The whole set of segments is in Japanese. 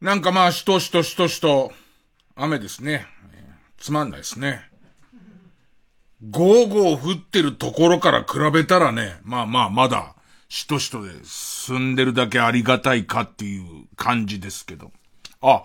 なんかまあ、しとしとしとしと、雨ですね。つまんないですね。ゴーゴー降ってるところから比べたらね、まあまあまだ、しとしとで住んでるだけありがたいかっていう感じですけど。あ、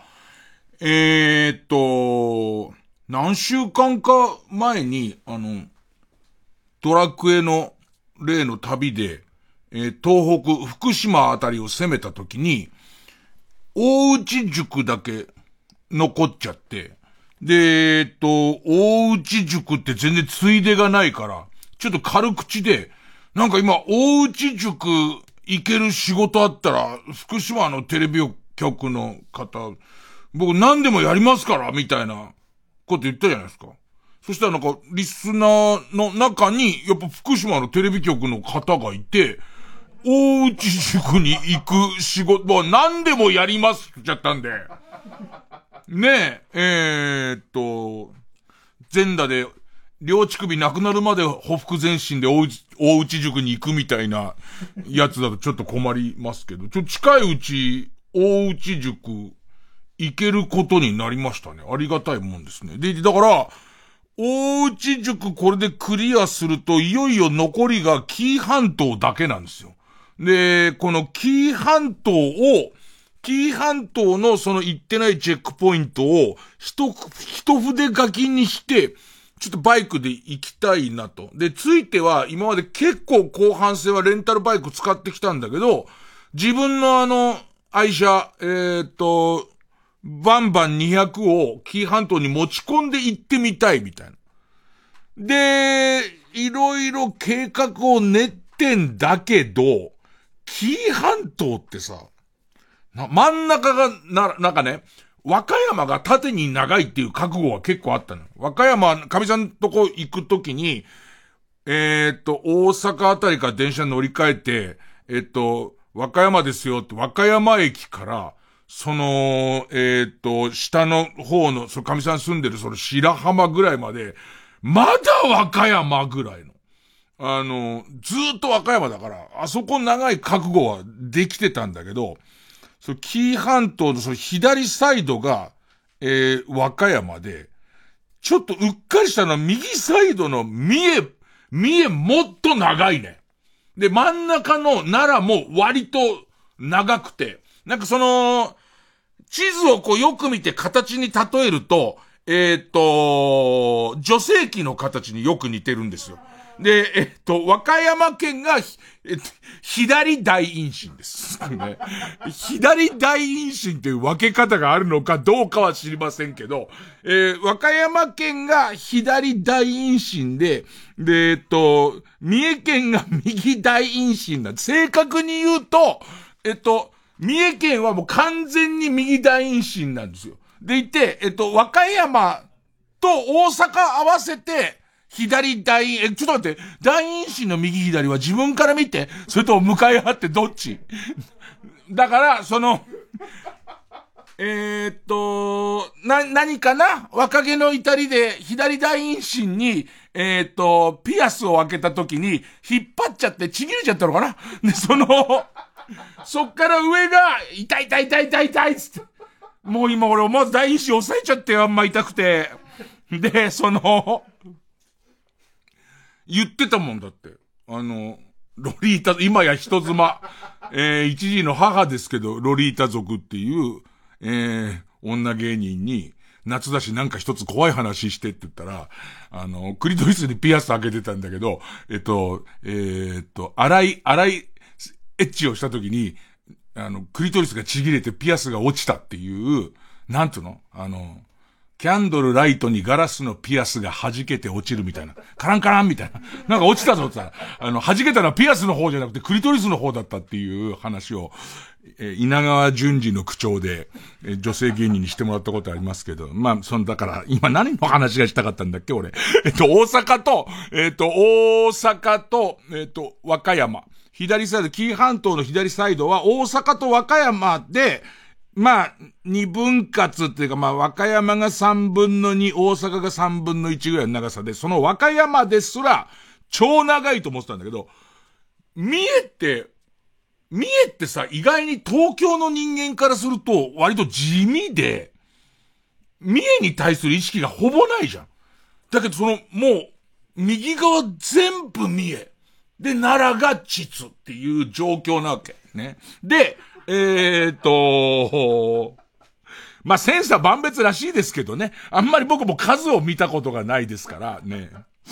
何週間か前に、ドラクエの例の旅で、東北、福島あたりを攻めたときに、大内塾だけ残っちゃって、で、大内塾って全然ついでがないから、ちょっと軽口で、なんか今、大内塾行ける仕事あったら、福島のテレビ局の方、僕何でもやりますから、みたいなこと言ったじゃないですか。そしたらなんか、リスナーの中に、やっぱ福島のテレビ局の方がいて、大内塾に行く仕事は何でもやりますって言っちゃったんで。ねえ、全裸で、両乳首なくなるまでほふ前進で大内塾に行くみたいなやつだとちょっと困りますけど、近いうち、大内塾行けることになりましたね。ありがたいもんですね。で、だから、大内塾これでクリアすると、いよいよ残りが紀伊半島だけなんですよ。で、この紀伊半島のその行ってないチェックポイントを一筆書きにして、ちょっとバイクで行きたいなと。で、ついては今まで結構後半戦はレンタルバイク使ってきたんだけど、自分の愛車、バンバン200を紀伊半島に持ち込んで行ってみたいみたいな。で、いろいろ計画を練ってんだけど、紀伊半島ってさ、真ん中が、なんかね、和歌山が縦に長いっていう覚悟は結構あったの。和歌山、神さんとこ行くときに、大阪あたりから電車乗り換えて、和歌山ですよって和歌山駅から、その、下の方の、その神さん住んでるその白浜ぐらいまで、まだ和歌山ぐらいの。ずーっと和歌山だから、あそこ長い覚悟はできてたんだけど、その紀伊半島のその左サイドが、和歌山で、ちょっとうっかりしたのは右サイドの三重もっと長いね。で、真ん中の奈良も割と長くて、なんかその、地図をこうよく見て形に例えると、女性器の形によく似てるんですよ。で、和歌山県が、左大陰唇です。ね、左大陰唇という分け方があるのかどうかは知りませんけど、和歌山県が左大陰唇で、三重県が右大陰唇なんで、正確に言うと、三重県はもう完全に右大陰唇なんですよ。でいて、和歌山と大阪合わせて、左大、ちょっと待って、大陰唇の右左は自分から見て、それと向かい合ってどっちだから、その、何かな若気の至りで、左大陰唇に、ピアスを開けた時に、引っ張っちゃってちぎれちゃったのかなで、そっから上が、痛いっつって。もう今俺思わず大陰唇押さえちゃってあんま痛くて。で、言ってたもんだって。ロリータ、今や人妻。一時の母ですけど、ロリータ族っていう、女芸人に、夏だしなんか一つ怖い話してって言ったら、クリトリスにピアス開けてたんだけど、荒い、エッチをした時に、クリトリスがちぎれてピアスが落ちたっていう、なんつうのキャンドルライトにガラスのピアスが弾けて落ちるみたいな。カランカランみたいな。なんか落ちたぞって言ったら、弾けたのはピアスの方じゃなくてクリトリスの方だったっていう話を、稲川淳二の口調で、女性芸人にしてもらったことありますけど、まあ、だから、今何の話がしたかったんだっけ、俺。大阪と、和歌山。左サイド、紀伊半島の左サイドは大阪と和歌山で、まあ、二分割っていうか、まあ、和歌山が3分の2、大阪が3分の1ぐらいの長さで、その和歌山ですら、超長いと思ってたんだけど、三重って、 三重ってさ、意外に東京の人間からすると割と地味で、三重に対する意識がほぼないじゃん。だけどもう、右側全部三重。で、奈良が膣っていう状況なわけ。ね。で、まあ、千差万別らしいですけどね。あんまり僕も数を見たことがないですからね。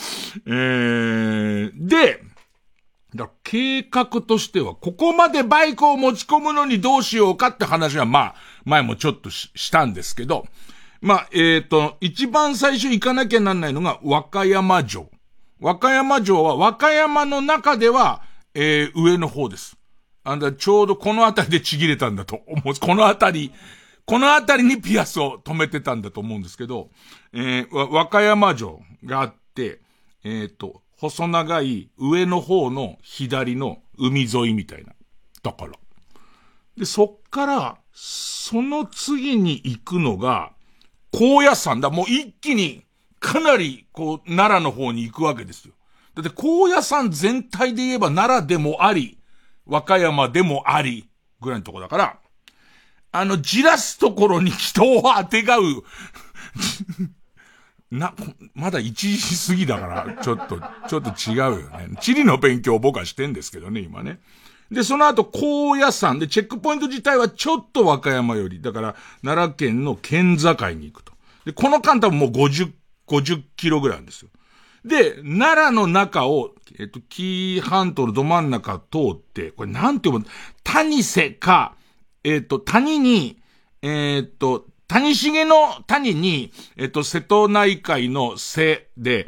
で、計画としては、ここまでバイクを持ち込むのにどうしようかって話は、まあ、前もちょっとしたんですけど、まあ、一番最初行かなきゃなんないのが、和歌山城。和歌山城は、和歌山の中では、上の方です。ちょうどこの辺りでちぎれたんだと思う。この辺りにピアスを止めてたんだと思うんですけど、和歌山城があって、細長い上の方の左の海沿いみたいな。だから。で、そっから、その次に行くのが、高野山だ。もう一気に、かなり、奈良の方に行くわけですよ。だって高野山全体で言えば奈良でもあり、和歌山でもあり、ぐらいのとこだから、じらすところに人をあてがう、まだ1時過ぎだから、ちょっと違うよね。地理の勉強を僕はしてんですけどね、今ね。で、その後、高野山で、チェックポイント自体はちょっと和歌山より、だから、奈良県の県境に行くと。で、この間多分もう50キロぐらいなんですよ。で、奈良の中を、紀伊半島のど真ん中通って、これなんて読む、谷瀬か、谷に、谷重の谷に、瀬戸内海の瀬で、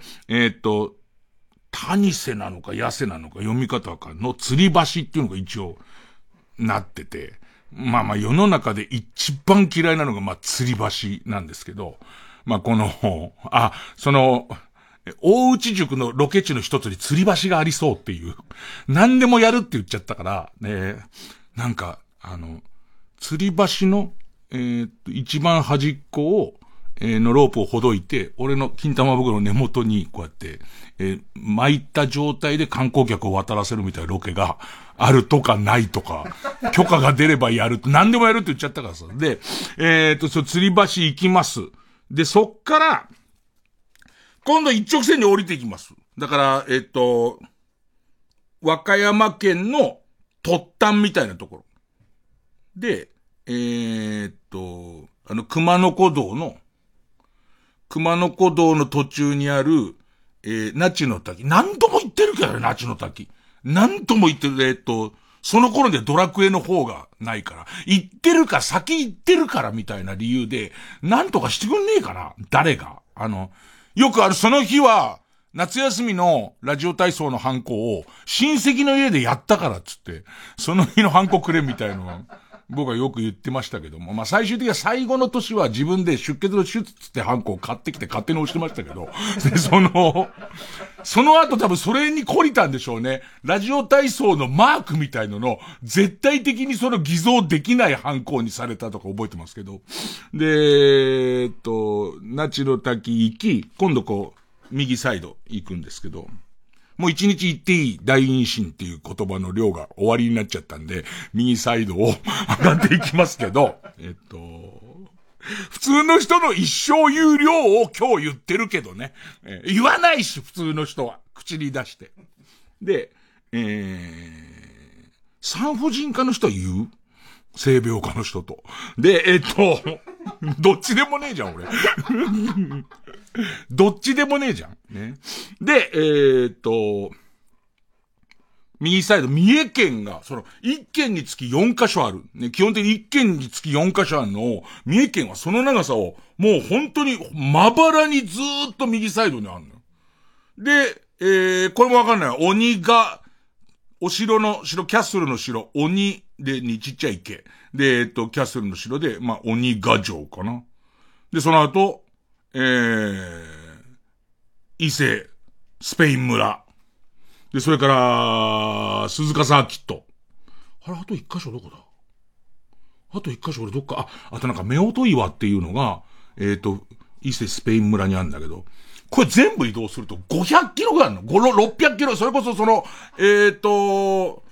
谷瀬なのか八瀬なのか読み方かの吊り橋っていうのが一応なってて、まあ世の中で一番嫌いなのが吊り橋なんですけど、大内塾のロケ地の一つに吊り橋がありそうっていう、何でもやるって言っちゃったから、ね、なんか、吊り橋の、一番端っこを、のロープをほどいて、俺の金玉袋の根元にこうやって、巻いた状態で観光客を渡らせるみたいなロケがあるとかないとか、許可が出ればやる、何でもやるって言っちゃったからさ。で、吊り橋行きます。で、そっから、今度一直線に降りていきます。だから、和歌山県の突端みたいなところ。で、熊野古道の途中にある、那智の滝。何度も言ってるけどね、那智の滝。何度も言ってる、その頃でドラクエの方がないから。先行ってるからみたいな理由で、なんとかしてくんねえかな誰が。よくその日は、夏休みのラジオ体操のハンコを親戚の家でやったからっつって、その日のハンコくれみたいのは、僕はよく言ってましたけども、最終的には最後の年は自分で出血の手術ってハンコを買ってきて勝手に押してましたけど、で、その後多分それに懲りたんでしょうね。ラジオ体操のマークみたいの絶対的に偽造できないハンコにされたとか覚えてますけど。で、那智の滝行き、今度右サイド行くんですけど、もう一日行っていい大陰神っていう言葉の量が終わりになっちゃったんで、右サイドを上がっていきますけど、普通の人の一生有料を今日言ってるけどね、言わないし、普通の人は。口に出して。で、産婦人科の人は言う？性病科の人と。で、どっちでもねえじゃん、俺。どっちでもねえじゃん。ね。で、右サイド、三重県が、1県につき4カ所ある。ね、基本的に1県につき4カ所あるのを、三重県はその長さを、もう本当にまばらにずーっと右サイドにあるのよ。で、これもわかんない。鬼が、キャッスルの城、鬼でにちっちゃい池。で、キャッスルの城で、鬼ヶ城かな。で、その後、伊勢、スペイン村。で、それから、鈴鹿サーキット。あと一箇所どこだ？あと一箇所俺どっか、あとなんか夫婦岩っていうのが、伊勢スペイン村にあるんだけど、これ全部移動すると500キロぐらいあるの？600キロ、それこそ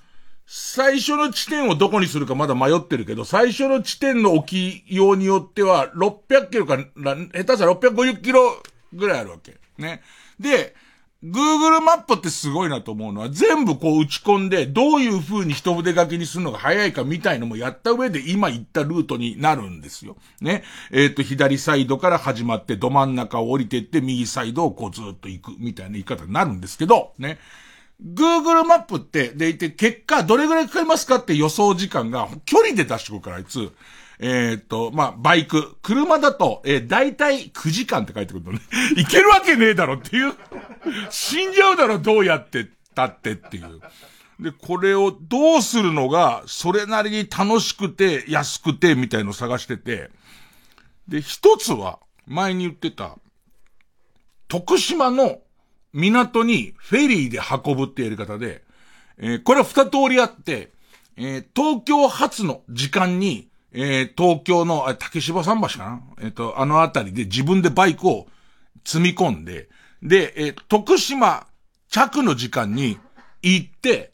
最初の地点をどこにするかまだ迷ってるけど、最初の地点の置きようによっては、600キロから、下手したら650キロぐらいあるわけ。ね。で、Google マップってすごいなと思うのは、全部こう打ち込んで、どういう風に一筆書きにするのが早いかみたいのもやった上で今言ったルートになるんですよ。ね。左サイドから始まって、ど真ん中を降りてって、右サイドをこうずっと行くみたいな言い方になるんですけど、ね。Google マップって、でいて、結果どれぐらいかかりますかって予想時間が、距離で出してくるから、あいつ。バイク。車だと、だいたい9時間って書いてくるのね。いけるわけねえだろっていう。死んじゃうだろ、どうやってたってっていう。で、これをどうするのが、それなりに楽しくて、安くて、みたいのを探してて。で、一つは、前に言ってた、徳島の港にフェリーで運ぶってやり方で、これは二通りあって、東京発の時間に、東京の、竹芝桟橋かなあのあたりで自分でバイクを積み込んで、で、徳島着の時間に行って、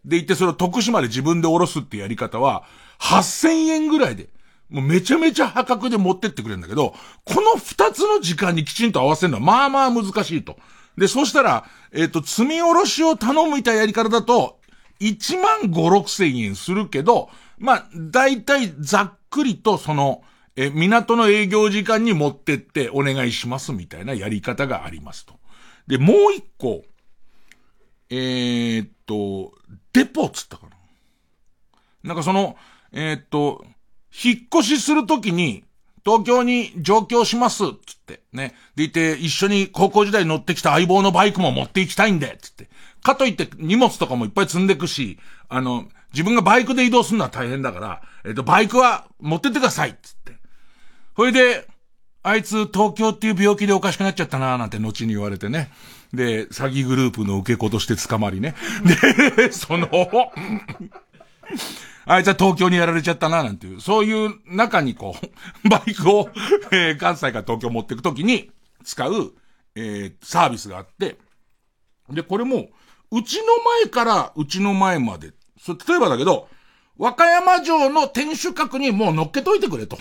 で行ってそれを徳島で自分で降ろすってやり方は、8000円ぐらいで、もうめちゃめちゃ破格で持ってってくれるんだけど、この二つの時間にきちんと合わせるのはまあまあ難しいと。で、そうしたら、積み下ろしを頼むみたいなやり方だと、1万5、6千円するけど、まあ、だいたいざっくりとその、港の営業時間に持ってってお願いしますみたいなやり方がありますと。で、もう一個、デポっつったかな。なんかその、引っ越しするときに、東京に上京します、つって、ね。でいて、一緒に高校時代乗ってきた相棒のバイクも持って行きたいんで、つって。かといって荷物とかもいっぱい積んでくし、自分がバイクで移動するのは大変だから、バイクは持ってってください、つって。それで、あいつ東京っていう病気でおかしくなっちゃったなーなんて後に言われてね。で、詐欺グループの受け子として捕まりね。で、あいつは東京にやられちゃったななんていう、そういう中にこう、バイクを、関西から東京持っていくときに使う、サービスがあって、で、これも、うちの前からうちの前まで、例えばだけど、和歌山城の天守閣にもう乗っけといてくれと。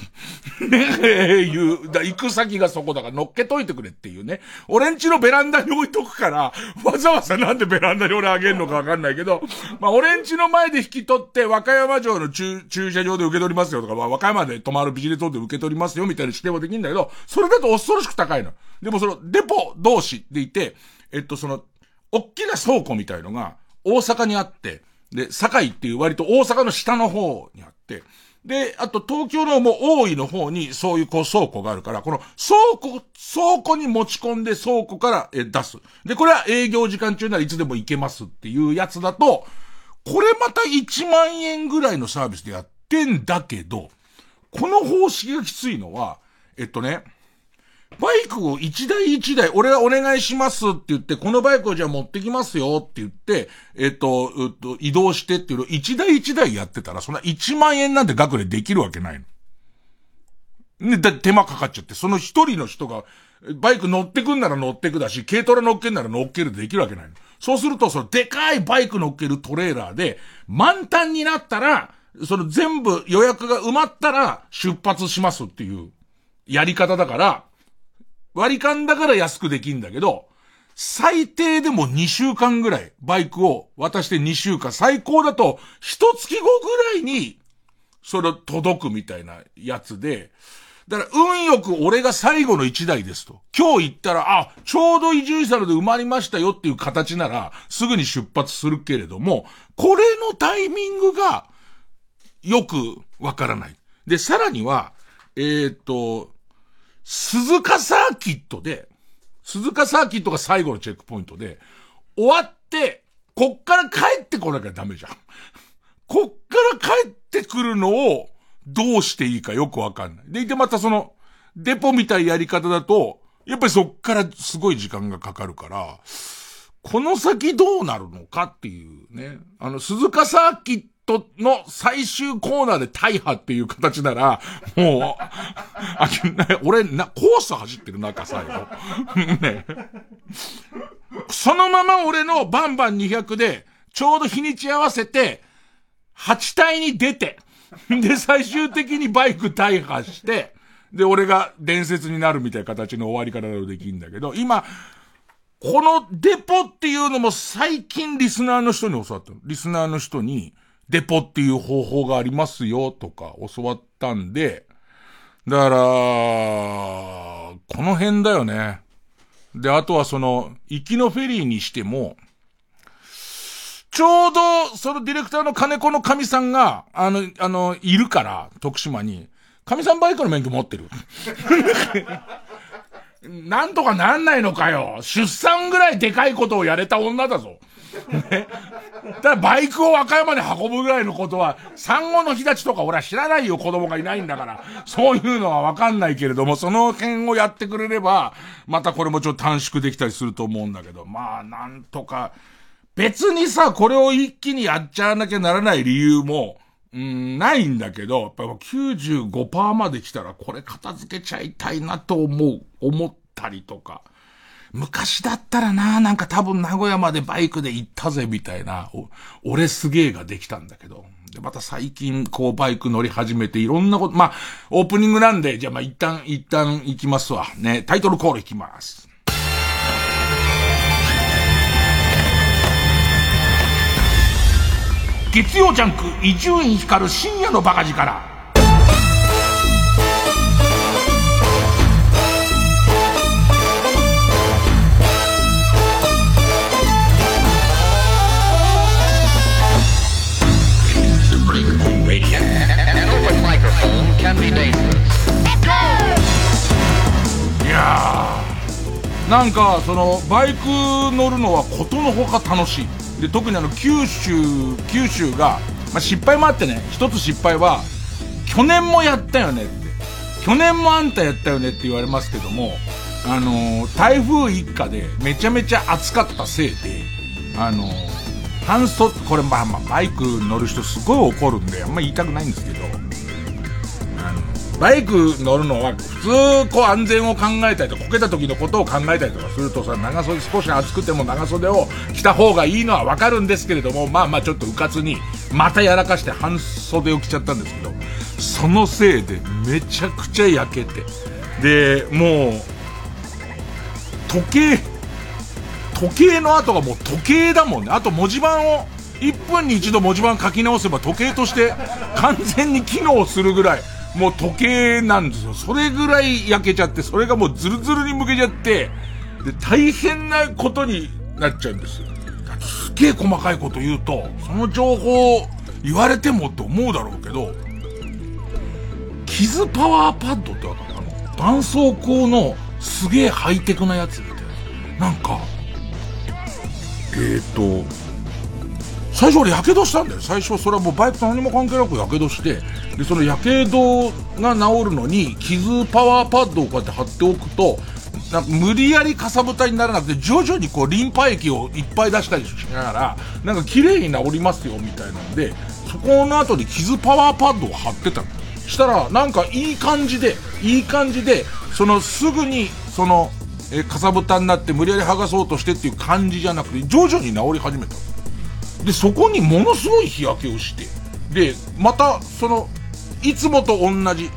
行く先がそこだから乗っけといてくれっていうね。俺ん家のベランダに置いとくから、わざわざなんでベランダに俺あげんのかわかんないけど、まあ俺ん家の前で引き取って和歌山城の駐車場で受け取りますよとか、和歌山で泊まるビジネスホテルで受け取りますよみたいな指定もできるんだけど、それだと恐ろしく高いの。でもそのデポ同士でいて、大きな倉庫みたいのが大阪にあって、で、堺っていう割と大阪の下の方にあって、で、あと東京のもう大井の方にそういうこう倉庫があるから、この倉庫に持ち込んで倉庫から出す。で、これは営業時間中ならいつでも行けますっていうやつだと、これまた1万円ぐらいのサービスでやってんだけど、この方式がきついのは、バイクを一台一台、俺はお願いしますって言って、このバイクをじゃあ持ってきますよって言って、移動してっていうのを一台一台やってたら、そんな1万円なんて額でできるわけないの。ね、手間かかっちゃって、その一人の人が、バイク乗ってくんなら乗ってくだし、軽トラ乗っけんなら乗っけるでできるわけないの。そうすると、そのでかいバイク乗っけるトレーラーで、満タンになったら、その全部予約が埋まったら出発しますっていうやり方だから、割り勘だから安くできんだけど、最低でも2週間ぐらいバイクを渡して2週間、最高だと1月後ぐらいにそれ届くみたいなやつで、だから運よく俺が最後の1台ですと。今日行ったら、ちょうど移住したので埋まりましたよっていう形ならすぐに出発するけれども、これのタイミングがよくわからない。で、さらには、鈴鹿サーキットが最後のチェックポイントで、終わって、こっから帰ってこなきゃダメじゃん。こっから帰ってくるのをどうしていいかよくわかんない。でいてまたその、デポみたいやり方だと、やっぱりそっからすごい時間がかかるから、この先どうなるのかっていうね。鈴鹿サーキットの最終コーナーで大破っていう形なら、もう、俺コース走ってる中最後。ね。そのまま俺のバンバン200で、ちょうど日にち合わせて、 8体に出て、で、最終的にバイク大破して、で、俺が伝説になるみたいな形の終わり方ができるんだけど、今、このデポっていうのも最近リスナーの人に教わったの。リスナーの人に、デポっていう方法がありますよとか教わったんで、だから、この辺だよね。で、あとは行きのフェリーにしても、ちょうど、そのディレクターの金子の神さんが、いるから、徳島に、神さんバイクの免許持ってる。なんとかなんないのかよ。出産ぐらいでかいことをやれた女だぞ。ね。だからバイクを和歌山に運ぶぐらいのことは、産後の日立ちとか俺は知らないよ、子供がいないんだから。そういうのはわかんないけれども、その辺をやってくれれば、またこれもちょっと短縮できたりすると思うんだけど、まあ、なんとか、別にさ、これを一気にやっちゃわなきゃならない理由も、ないんだけど、やっぱり 95% まで来たらこれ片付けちゃいたいなと思ったりとか。昔だったらなんか多分名古屋までバイクで行ったぜみたいな、俺すげえができたんだけど。で、また最近こうバイク乗り始めていろんなこと、まあ、オープニングなんで、じゃあまあ一旦行きますわ。ね、タイトルコール行きます。月曜ジャンク伊集院光る深夜のバカ力。いやー、なんかバイク乗るのはことのほか楽しい。で、特に九州が、まあ、失敗もあってね、一つ失敗は、去年もやったよねって。去年もあんたやったよねって言われますけども、台風一過でめちゃめちゃ暑かったせいで、これまあバイク乗る人すごい怒るんで、あんま言いたくないんですけど、バイク乗るのは普通こう安全を考えたりとか、こけた時のことを考えたりとかするとさ、長袖少し暑くても長袖を着た方がいいのはわかるんですけれども、まあまあちょっとうかつにまたやらかして半袖を着ちゃったんですけど、そのせいでめちゃくちゃ焼けて、でもう時計の後がもう時計だもんね。あと文字盤を1分に1度文字盤書き直せば時計として完全に機能するぐらいもう時計なんですよ。それぐらい焼けちゃって、それがもうズルズルに向けちゃって、で、大変なことになっちゃうんですよ。すげえ細かいこと言うと、その情報言われてもって思うだろうけど、キズパワーパッドってわかる？絆創膏のすげえハイテクなやつみたいな。なんか、最初俺火傷したんだよ。最初それはもうバイクと何も関係なく火傷して、でその火傷が治るのに傷パワーパッドをこうやって貼っておくと、なんか無理やりかさぶたにならなくて徐々にこうリンパ液をいっぱい出したりしながらなんか綺麗に治りますよみたいなんで、そこの後に傷パワーパッドを貼ってたの。したらなんかいい感じですぐにかさぶたになって無理やり剥がそうとしてっていう感じじゃなくて徐々に治り始めた。でそこにものすごい日焼けをして、でまたいつもと同じ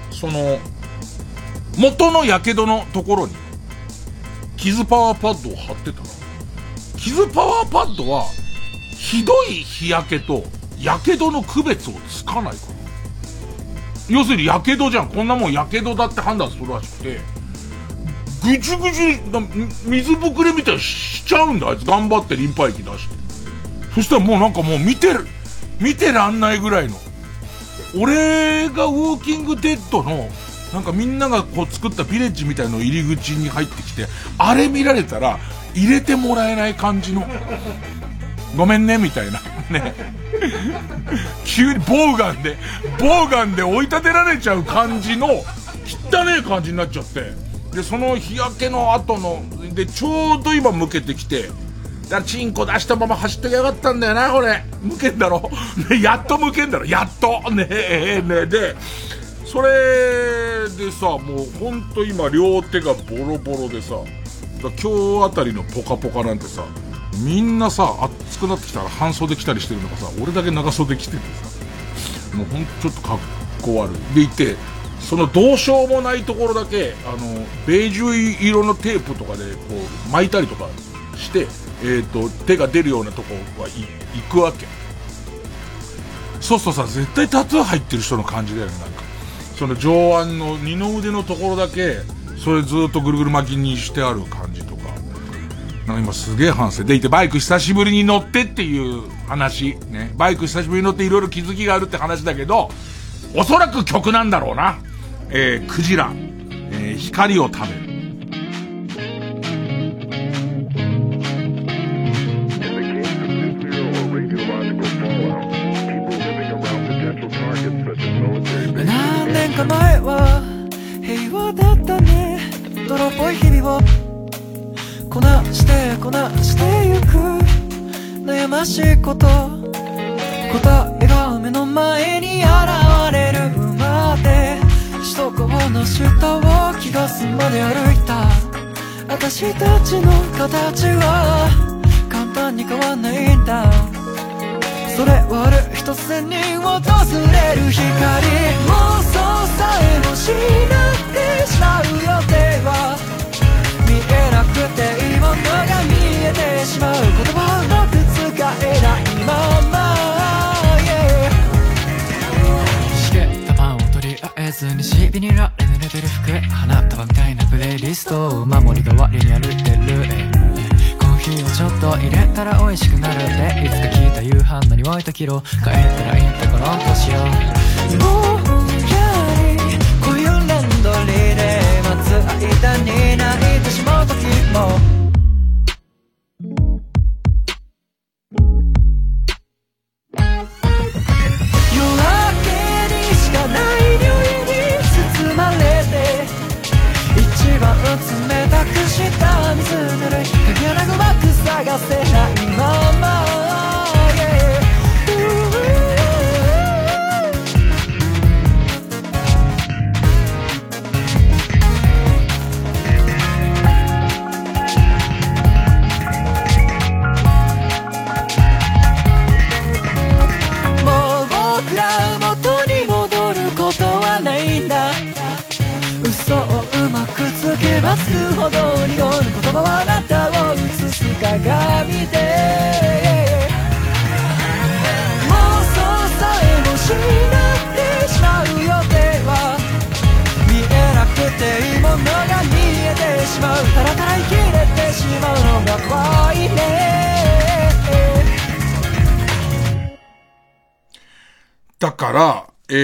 元の火傷のところに傷パワーパッドを貼ってたら、傷パワーパッドはひどい日焼けと火傷の区別をつかないから、要するに火傷じゃん、こんなもん火傷だって判断するらしくて、ぐちゅぐちゅ水ぶくれみたいにしちゃうんだ。あいつ頑張ってリンパ液出して、そしたらもうなんかもう見てらんないぐらいの、俺がウォーキングデッドのなんかみんながこう作ったビレッジみたいの入り口に入ってきて、あれ見られたら入れてもらえない感じの、ごめんねみたいなね急にボウガンで追い立てられちゃう感じの汚ねえ感じになっちゃって、でその日焼けの後のでちょうど今向けてきて、だからチンコ出したまま走ってきやがったんだよなこれ。向けんだろね、やっと向けんだろ、やっとねえでそれでさ、もうほんと今両手がボロボロでさ、今日あたりのポカポカなんてさ、 みんなさ、暑くなってきたら半袖着たりしてるのがさ、俺だけ長袖着ててさ、もうほんとちょっとかっこ悪い。でいて、そのどうしようもないところだけ、ベージュ色のテープとかでこう巻いたりとかして、手が出るようなとこは行くわけ。そうするとさ、絶対タトゥー入ってる人の感じだよね、なんか。その上腕の二の腕のところだけ、それずっとぐるぐる巻きにしてある感じとか。なんか今すげえ反省でいて、バイク久しぶりに乗ってっていう話。ね。バイク久しぶりに乗っていろいろ気づきがあるって話だけど、おそらく曲なんだろうな。クジラ。光を食べる。 何年か前は平和だったね。泥っぽい日々をこなしてゆく。悩ましいこと答えが目の前に現れるまで、首都高の下を気が済むまで歩いた。私たちの形は簡単に変わんないんだ。それはある日突然に訪れる光。妄想さえも失ってしまう予定は見えなくていいものが見えてしまう。言葉うまく使えないまま、しげたパンをとりあえずにしびにられ濡れてる服、花束みたいなプレイリストを守り代わりに歩いてる。コーヒーをちょっと入れたら美味しくなるっていつか聞いた夕飯何置いたキロ帰ったらいいんだこの年を。ぼんやりこういうランドリーで待つ間に泣いてしまう時も、夜明けにしかない匂いに包まれて、一番冷たくした水ぬるい鍵穴がうまく探せないまま、もう僕ら元に戻ることはないんだ。嘘をうまくつけばつくほど濁る言葉はあなたを映す鏡で、妄想さえも失ってしまう予定は見えなくていいものが見えてしまう。ただただ生きれてしまうのが怖いね。 だから、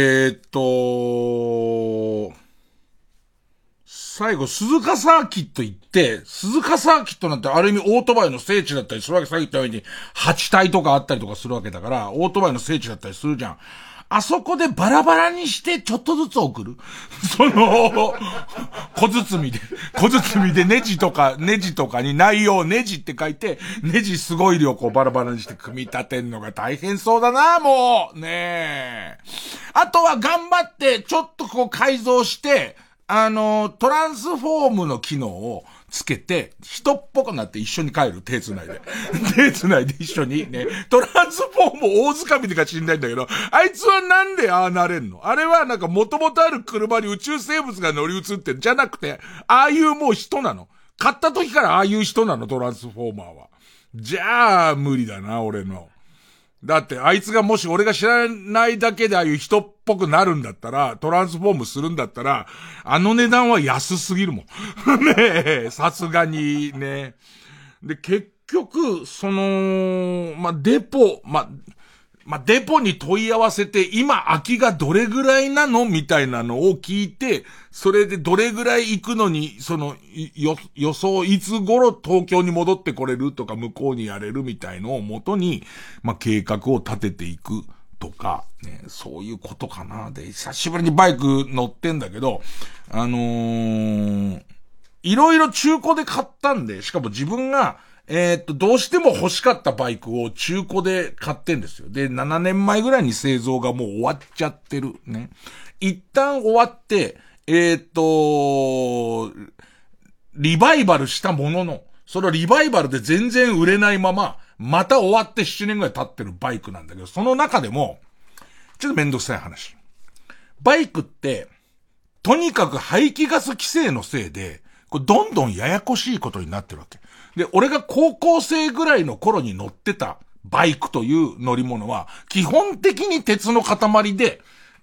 最後、鈴鹿サーキット行って、鈴鹿サーキットなんてある意味オートバイの聖地だったりするわけ。さっき言ったように、8体とかあったりとかするわけだから、オートバイの聖地だったりするじゃん。あそこでバラバラにしてちょっとずつ送る。その、小包でネジとかに内容ネジって書いて、ネジすごい量こうバラバラにして組み立てんのが大変そうだな、もう。ねえ。あとは頑張ってちょっとこう改造して、トランスフォームの機能をつけて、人っぽくなって一緒に帰る、手繋いで。手繋いで一緒にね。トランスフォーム大掴みでか知んないんだけど、あいつはなんでああなれんの？あれはなんか元々ある車に宇宙生物が乗り移ってんじゃなくて、ああいうもう人なの。買った時からああいう人なの、トランスフォーマーは。じゃあ、無理だな、俺の。だって、あいつがもし俺が知らないだけでああいう人っぽくなるんだったら、トランスフォームするんだったら、あの値段は安すぎるもん。ねえ、さすがにね。で、結局、デポに問い合わせて、今空きがどれぐらいなのみたいなのを聞いて、それでどれぐらい行くのに、予想いつ頃東京に戻ってこれるとか向こうにやれるみたいのを元に、計画を立てていくとか、ね、そういうことかな。で、久しぶりにバイク乗ってんだけど、いろいろ中古で買ったんで、しかも自分が、どうしても欲しかったバイクを中古で買ってんですよ。で、7年前ぐらいに製造がもう終わっちゃってる。ね。一旦終わって、リバイバルしたものの、 そのリバイバルで全然売れないまま、また終わって7年ぐらい経ってるバイクなんだけど、その中でも、ちょっとめんどくさい話。バイクって、とにかく排気ガス規制のせいで、これどんどんややこしいことになってるわけ。で、俺が高校生ぐらいの頃に乗ってたバイクという乗り物は、基本的に鉄の塊で、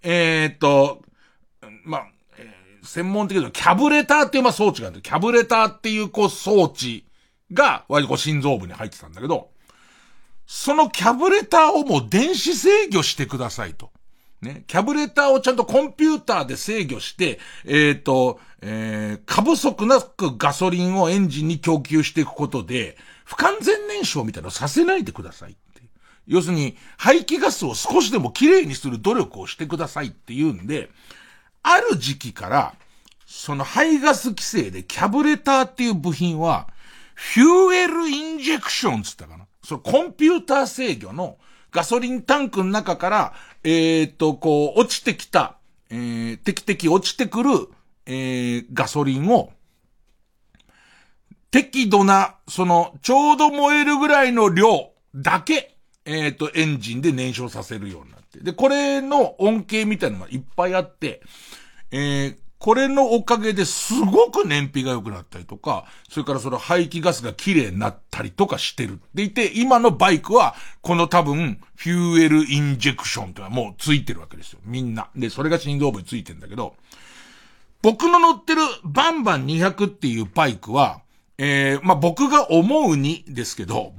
専門的にキャブレターっていう装置がある。キャブレターっていう装置が割と心臓部に入ってたんだけど、そのキャブレターをもう電子制御してくださいと。ね。キャブレターをちゃんとコンピューターで制御して、過不足なくガソリンをエンジンに供給していくことで、不完全燃焼みたいなのをさせないでくださいって。要するに、排気ガスを少しでもきれいにする努力をしてくださいっていうんで、ある時期から、その排ガス規制でキャブレターっていう部品は、フューエルインジェクションつったかな。そのコンピューター制御のガソリンタンクの中から、落ちてきた、滴々落ちてくる、ガソリンを、適度な、ちょうど燃えるぐらいの量だけ、エンジンで燃焼させるようになって。で、これの恩恵みたいなのがいっぱいあって、これのおかげですごく燃費が良くなったりとか、それからその排気ガスが綺麗になったりとかしてるっていて、今のバイクは、この多分、フューエルインジェクションというのはもうついてるわけですよ。みんな。で、それが心臓部についてるんだけど、僕の乗ってるバンバン200っていうバイクは、僕が思うにですけど、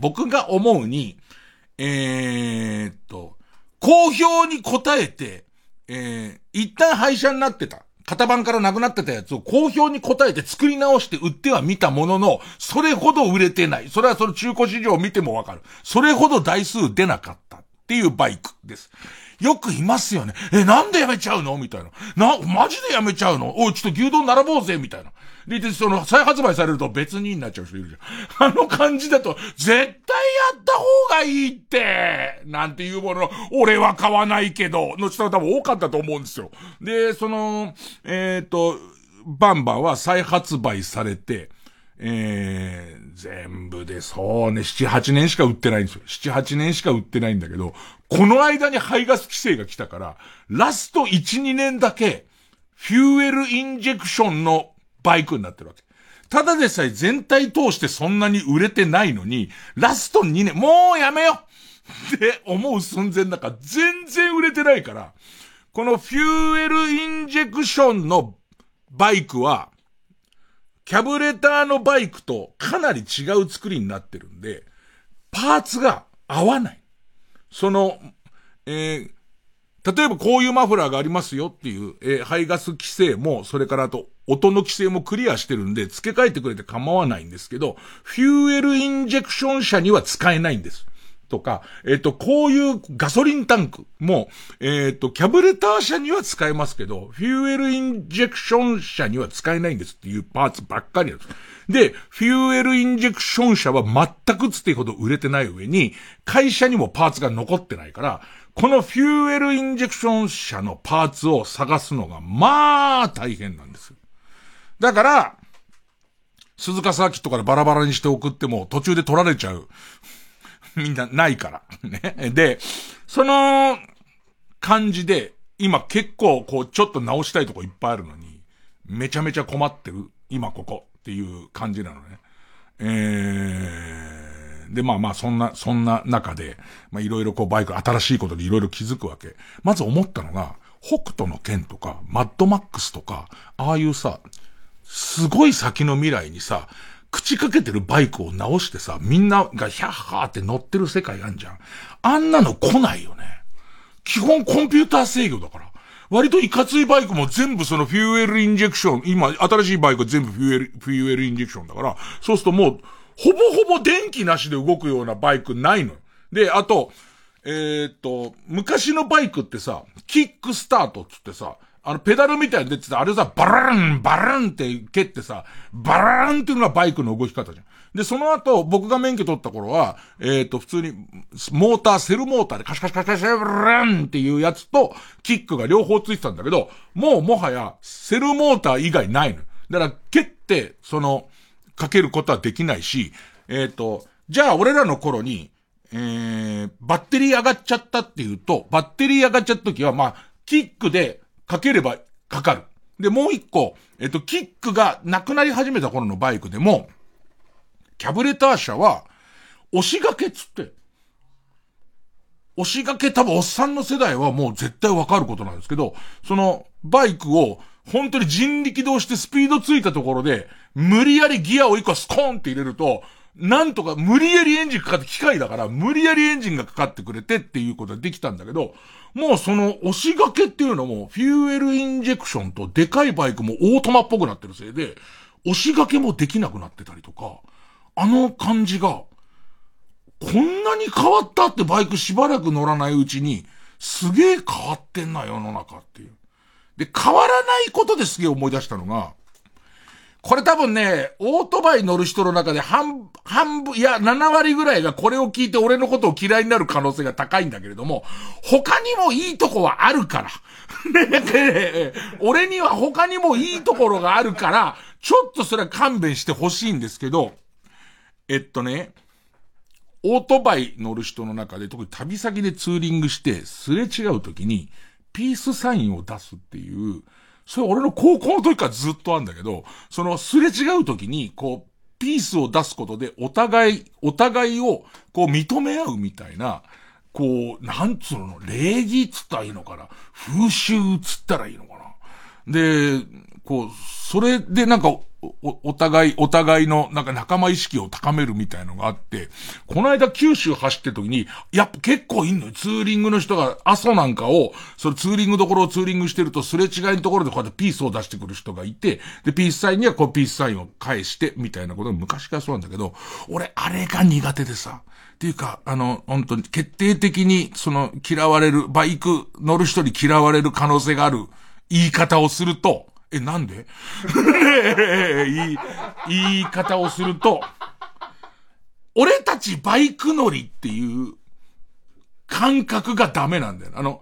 好評に応えて、一旦廃車になってた。型番からなくなってたやつを好評に応えて作り直して売ってはみたものの、それほど売れてない。それはその中古市場を見てもわかる。それほど台数出なかったっていうバイクです。よくいますよね。なんでやめちゃうのみたいな。マジでやめちゃうの？おい、ちょっと牛丼並ぼうぜみたいな。で、再発売されると別になっちゃう人いるじゃん。あの感じだと、絶対やった方がいいって、なんていうものの、俺は買わないけど、の人は多分多かったと思うんですよ。で、バンバンは再発売されて、全部でそうね、7、8年しか売ってないんですよ。7、8年しか売ってないんだけど、この間に排ガス規制が来たから、ラスト1、2年だけ、フューエルインジェクションのバイクになってるわけ。ただでさえ全体通してそんなに売れてないのに、ラスト2年、もうやめよって思う寸前だから全然売れてないから、このフューエルインジェクションのバイクは、キャブレターのバイクとかなり違う作りになってるんで、パーツが合わない。例えばこういうマフラーがありますよっていう、排ガス規制も、それからあと、音の規制もクリアしてるんで、付け替えてくれて構わないんですけど、フューエルインジェクション車には使えないんです。とか、こういうガソリンタンクも、キャブレター車には使えますけど、フューエルインジェクション車には使えないんですっていうパーツばっかりなんです。で、フューエルインジェクション車は全くつってほど売れてない上に、会社にもパーツが残ってないから、このフューエルインジェクション車のパーツを探すのが、まあ、大変なんですよ。だから、鈴鹿サーキットからバラバラにして送っても途中で取られちゃう。みんなないから。ね。で、その感じで、今結構ちょっと直したいとこいっぱいあるのに、めちゃめちゃ困ってる、今ここっていう感じなのね。で、そんな中で、いろいろバイク、新しいことでいろいろ気づくわけ。まず思ったのが、北斗の拳とか、マッドマックスとか、ああいうさ、すごい先の未来にさ、口かけてるバイクを直してさ、みんながヒャッハーって乗ってる世界あんじゃん。あんなの来ないよね。基本コンピューター制御だから。割といかついバイクも全部そのフューエルインジェクション、今新しいバイクは全部フューエルインジェクションだから、そうするともう、ほぼほぼ電気なしで動くようなバイクないのよ。で、あと、昔のバイクってさ、キックスタートっつってさ、ペダルみたいに出てた、あれさ、バランって蹴ってさ、バランっていうのがバイクの動き方じゃん。で、その後、僕が免許取った頃は、普通に、セルモーターでカシャカシャカシャバランっていうやつと、キックが両方ついてたんだけど、もはや、セルモーター以外ないの。だから、蹴って、 かけることはできないし、じゃあ俺らの頃に、バッテリー上がっちゃったっていうと、バッテリー上がっちゃった時は、まあ、キックでかければかかる。で、もう一個、キックがなくなり始めた頃のバイクでも、キャブレター車は、押し掛けっつって、押し掛け多分おっさんの世代はもう絶対わかることなんですけど、そのバイクを本当に人力動してスピードついたところで、無理やりギアを一個スコーンって入れると、なんとか無理やりエンジンかかって機械だから無理やりエンジンがかかってくれてっていうことができたんだけど、もうその押し掛けっていうのもフューエルインジェクションとでかいバイクもオートマっぽくなってるせいで、押し掛けもできなくなってたりとか、あの感じが、こんなに変わったってバイクしばらく乗らないうちに、すげえ変わってんな世の中っていう。で、変わらないことですげえ思い出したのが、これ多分ね、オートバイ乗る人の中で半分、いや、7割ぐらいがこれを聞いて俺のことを嫌いになる可能性が高いんだけれども、他にもいいとこはあるから。俺には他にもいいところがあるから、ちょっとそれは勘弁してほしいんですけど、オートバイ乗る人の中で特に旅先でツーリングしてすれ違う時にピースサインを出すっていう、それ俺の高校の時からずっとあるんだけど、そのすれ違う時にこうピースを出すことでお互いをこう認め合うみたいな、こう、なんつうの、礼儀つったらいいのかな、風習つったらいいのかな。で、こう、それでなんか、お互いのなんか仲間意識を高めるみたいのがあって、この間九州走ってる時に、やっぱ結構いんのよ。ツーリングの人が、阿蘇なんかを、そのツーリングどころをツーリングしてると、すれ違いのところでこうやってピースを出してくる人がいて、で、ピースサインにはこうピースサインを返して、みたいなことが昔からそうなんだけど、俺、あれが苦手でさ。っていうか、本当に決定的に、嫌われる、バイク乗る人に嫌われる可能性がある言い方をすると、なんで言い方をすると、俺たちバイク乗りっていう感覚がダメなんだよ。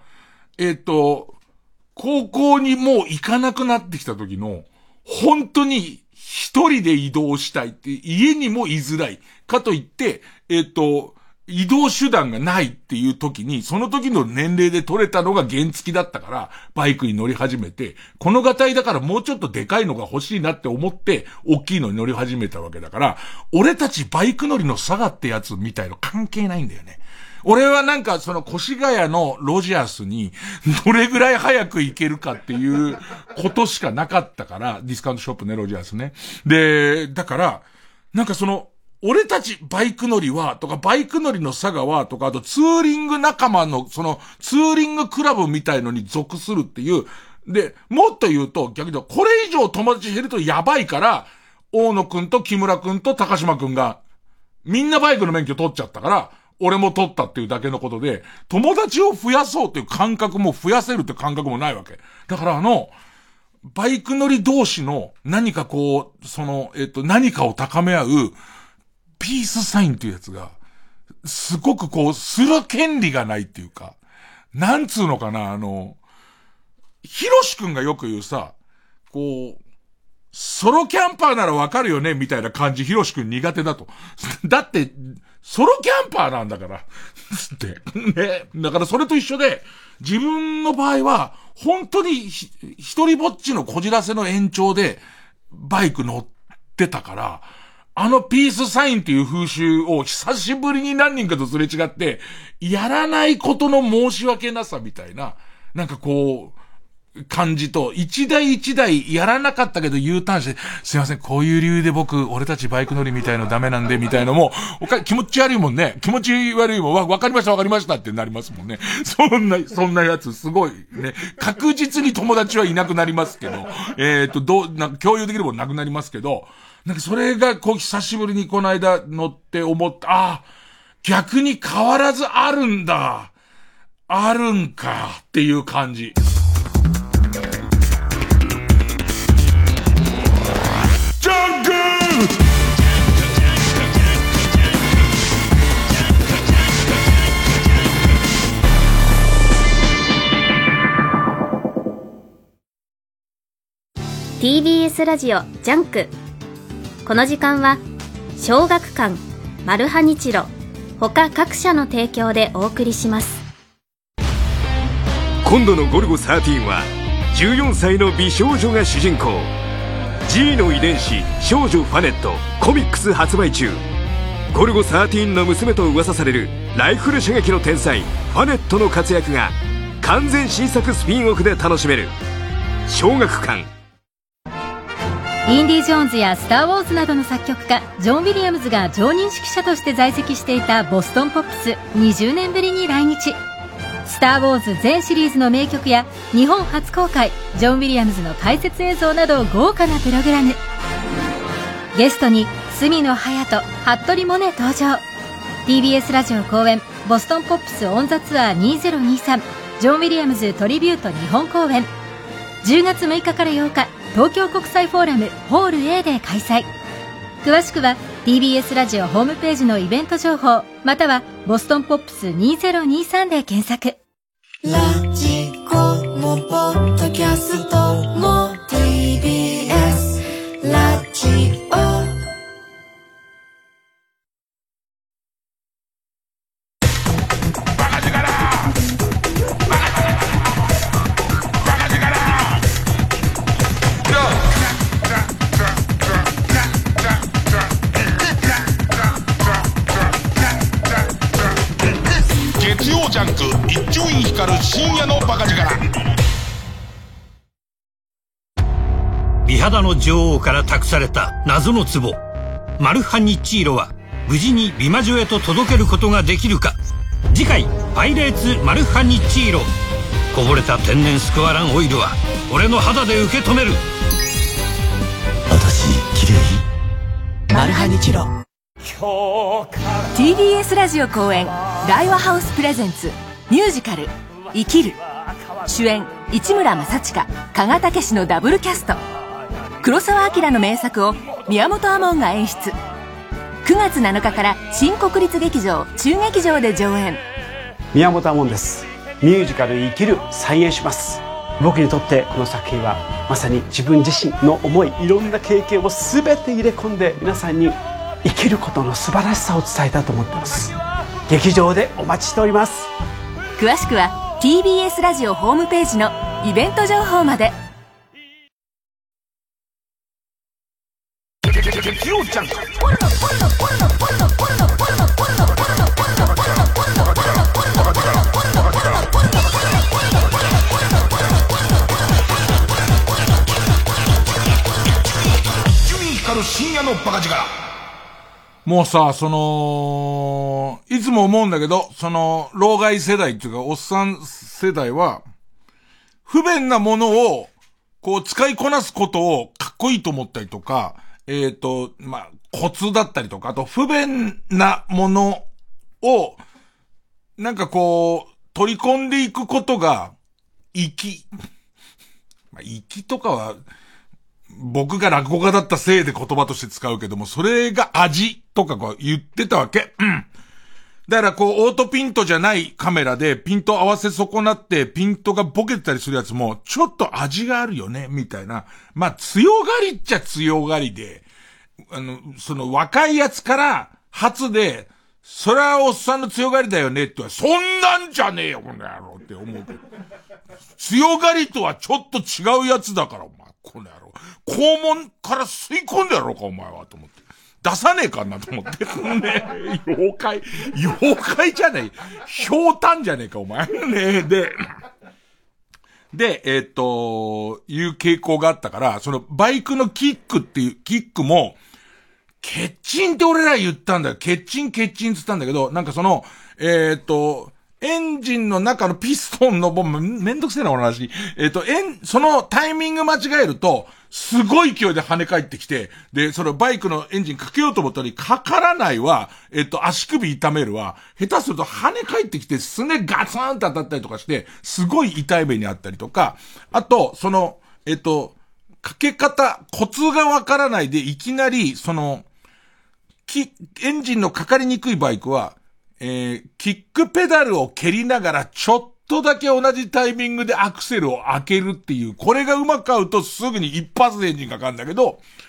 高校にもう行かなくなってきた時の、本当に一人で移動したいって、家にも居づらい。かといって、移動手段がないっていう時に、その時の年齢で取れたのが原付だったから、バイクに乗り始めて、このがたいだからもうちょっとでかいのが欲しいなって思って、大きいのに乗り始めたわけだから、俺たちバイク乗りの差がってやつみたいの関係ないんだよね。俺はなんかその越谷のロジャースにどれぐらい早く行けるかっていうことしかなかったから、ディスカウントショップね、ロジャースね。で、だから、なんか俺たちバイク乗りは、とか、バイク乗りの佐賀は、とか、あとツーリング仲間の、ツーリングクラブみたいのに属するっていう。で、もっと言うと、逆に言うと、これ以上友達減るとやばいから、大野くんと木村くんと高島くんが、みんなバイクの免許取っちゃったから、俺も取ったっていうだけのことで、友達を増やそうっていう感覚も増やせるっていう感覚もないわけ。だからバイク乗り同士の何かこう、何かを高め合う、ピースサインっていうやつが、すごくこう、する権利がないっていうか、なんつうのかな、ヒロシ君がよく言うさ、こう、ソロキャンパーならわかるよね、みたいな感じ、ヒロシ君苦手だと。だって、ソロキャンパーなんだから。つって。ね。だからそれと一緒で、自分の場合は、本当に一人ぼっちのこじらせの延長で、バイク乗ってたから、ピースサインっていう風習を久しぶりに何人かとすれ違って、やらないことの申し訳なさみたいな、なんかこう、感じと、一台一台やらなかったけど U ターンして、すいません、こういう理由で俺たちバイク乗りみたいのダメなんで、みたいのも、気持ち悪いもんね。気持ち悪いもん、わかりましたってなりますもんね。そんなやつ、すごいね。確実に友達はいなくなりますけど、共有できるもんなくなりますけど、なんかそれがこう久しぶりにこの間乗って思った、逆に変わらずあるんだ。あるんかっていう感じ。ジャンク ！TBS ラジオジャンク。 この時間は小学館マルハニチロ他各社の提供でお送りします。 今度のゴルゴ13は14歳の美少女が主人公。 G の遺伝子少女ファネットコミックス発売中。ゴルゴ13の娘と噂されるライフル射撃の天才ファネットの活躍が完全新作スピンオフで楽しめる。小学館。 インディ・ジョーンズやスター・ウォーズなどの作曲家ジョン・ウィリアムズが常任指揮者として在籍していたボストンポップス20年ぶりに来日。スター・ウォーズ全シリーズの名曲や日本初公開ジョン・ウィリアムズの解説映像など豪華なプログラム。ゲストに角野隼斗、服部萌音登場。 TBS ラジオ公演ボストンポップスオンザツアー2023ジョン・ウィリアムズトリビュート日本公演10月6日から8日東京国際フォーラムホール A で開催。詳しくは TBS ラジオホームページのイベント情報またはボストンポップス2023で検索。 ラジコもポッドキャストも TBS ラジオ。 月曜ジャンク一丁院光る深夜のバカ力。 美肌の女王から託された謎の壺マルハニチーロは無事に美魔女へと届けることができるか。次回パイレーツマルハニチーロ。こぼれた天然スクワランオイルは俺の肌で受け止める。 私綺麗マルハニチロ。 TBS ラジオ公演大和ハウスプレゼンツミュージカル生きる。主演市村正親、加賀武史のダブルキャスト。黒澤明の名作を宮本亞門が演出。9月7日から新国立劇場中劇場で上演。 宮本亞門です。ミュージカル生きる再演します。僕にとってこの作品はまさに自分自身の思い、いろんな経験を全て入れ込んで皆さんに生きることの素晴らしさを伝えたと思っています。劇場でお待ちしております。 詳しくは TBS ラジオホームページのイベント情報まで。 深夜のバカ力。 もうさ、いつも思うんだけど、老害世代っていうか、おっさん世代は、不便なものを、使いこなすことをかっこいいと思ったりとか、コツだったりとか、あと不便なものを、取り込んでいくことが、粋とかは、僕が落語家だったせいで言葉として使うけども、それが味とか言ってたわけ。うん。だからオートピントじゃないカメラでピント合わせ損なってピントがボケてたりするやつも、ちょっと味があるよね、みたいな。強がりっちゃ強がりで、若いやつから初で、それはおっさんの強がりだよねって言われ、そんなんじゃねえよ、この野郎って思うけど。強がりとはちょっと違うやつだから、お前、この野郎。肛門から吸い込んでやろうか、お前は、と思って。出さねえかなと思って。ね、妖怪じゃねえ。ひょうたんじゃねえか、お前。ねで、いう傾向があったから、バイクのキックも、ケッチンって俺ら言ったんだよ。ケッチンって言ったんだけど、エンジンの中のピストンのめんどくせえな、この話。そのタイミング間違えると、すごい勢いで跳ね返ってきて、で、バイクのエンジンかけようと思ったのに、かからないわ、足首痛めるわ、下手すると跳ね返ってきて、すねガツンと当たったりとかして、すごい痛い目にあったりとか、あと、かけ方、コツがわからないで、いきなり、エンジンのかかりにくいバイクは、キックペダルを蹴りながらちょっとだけ同じタイミングでアクセルを開けるっていう、これがうまく合うとすぐに一発でエンジンかかるんだけど、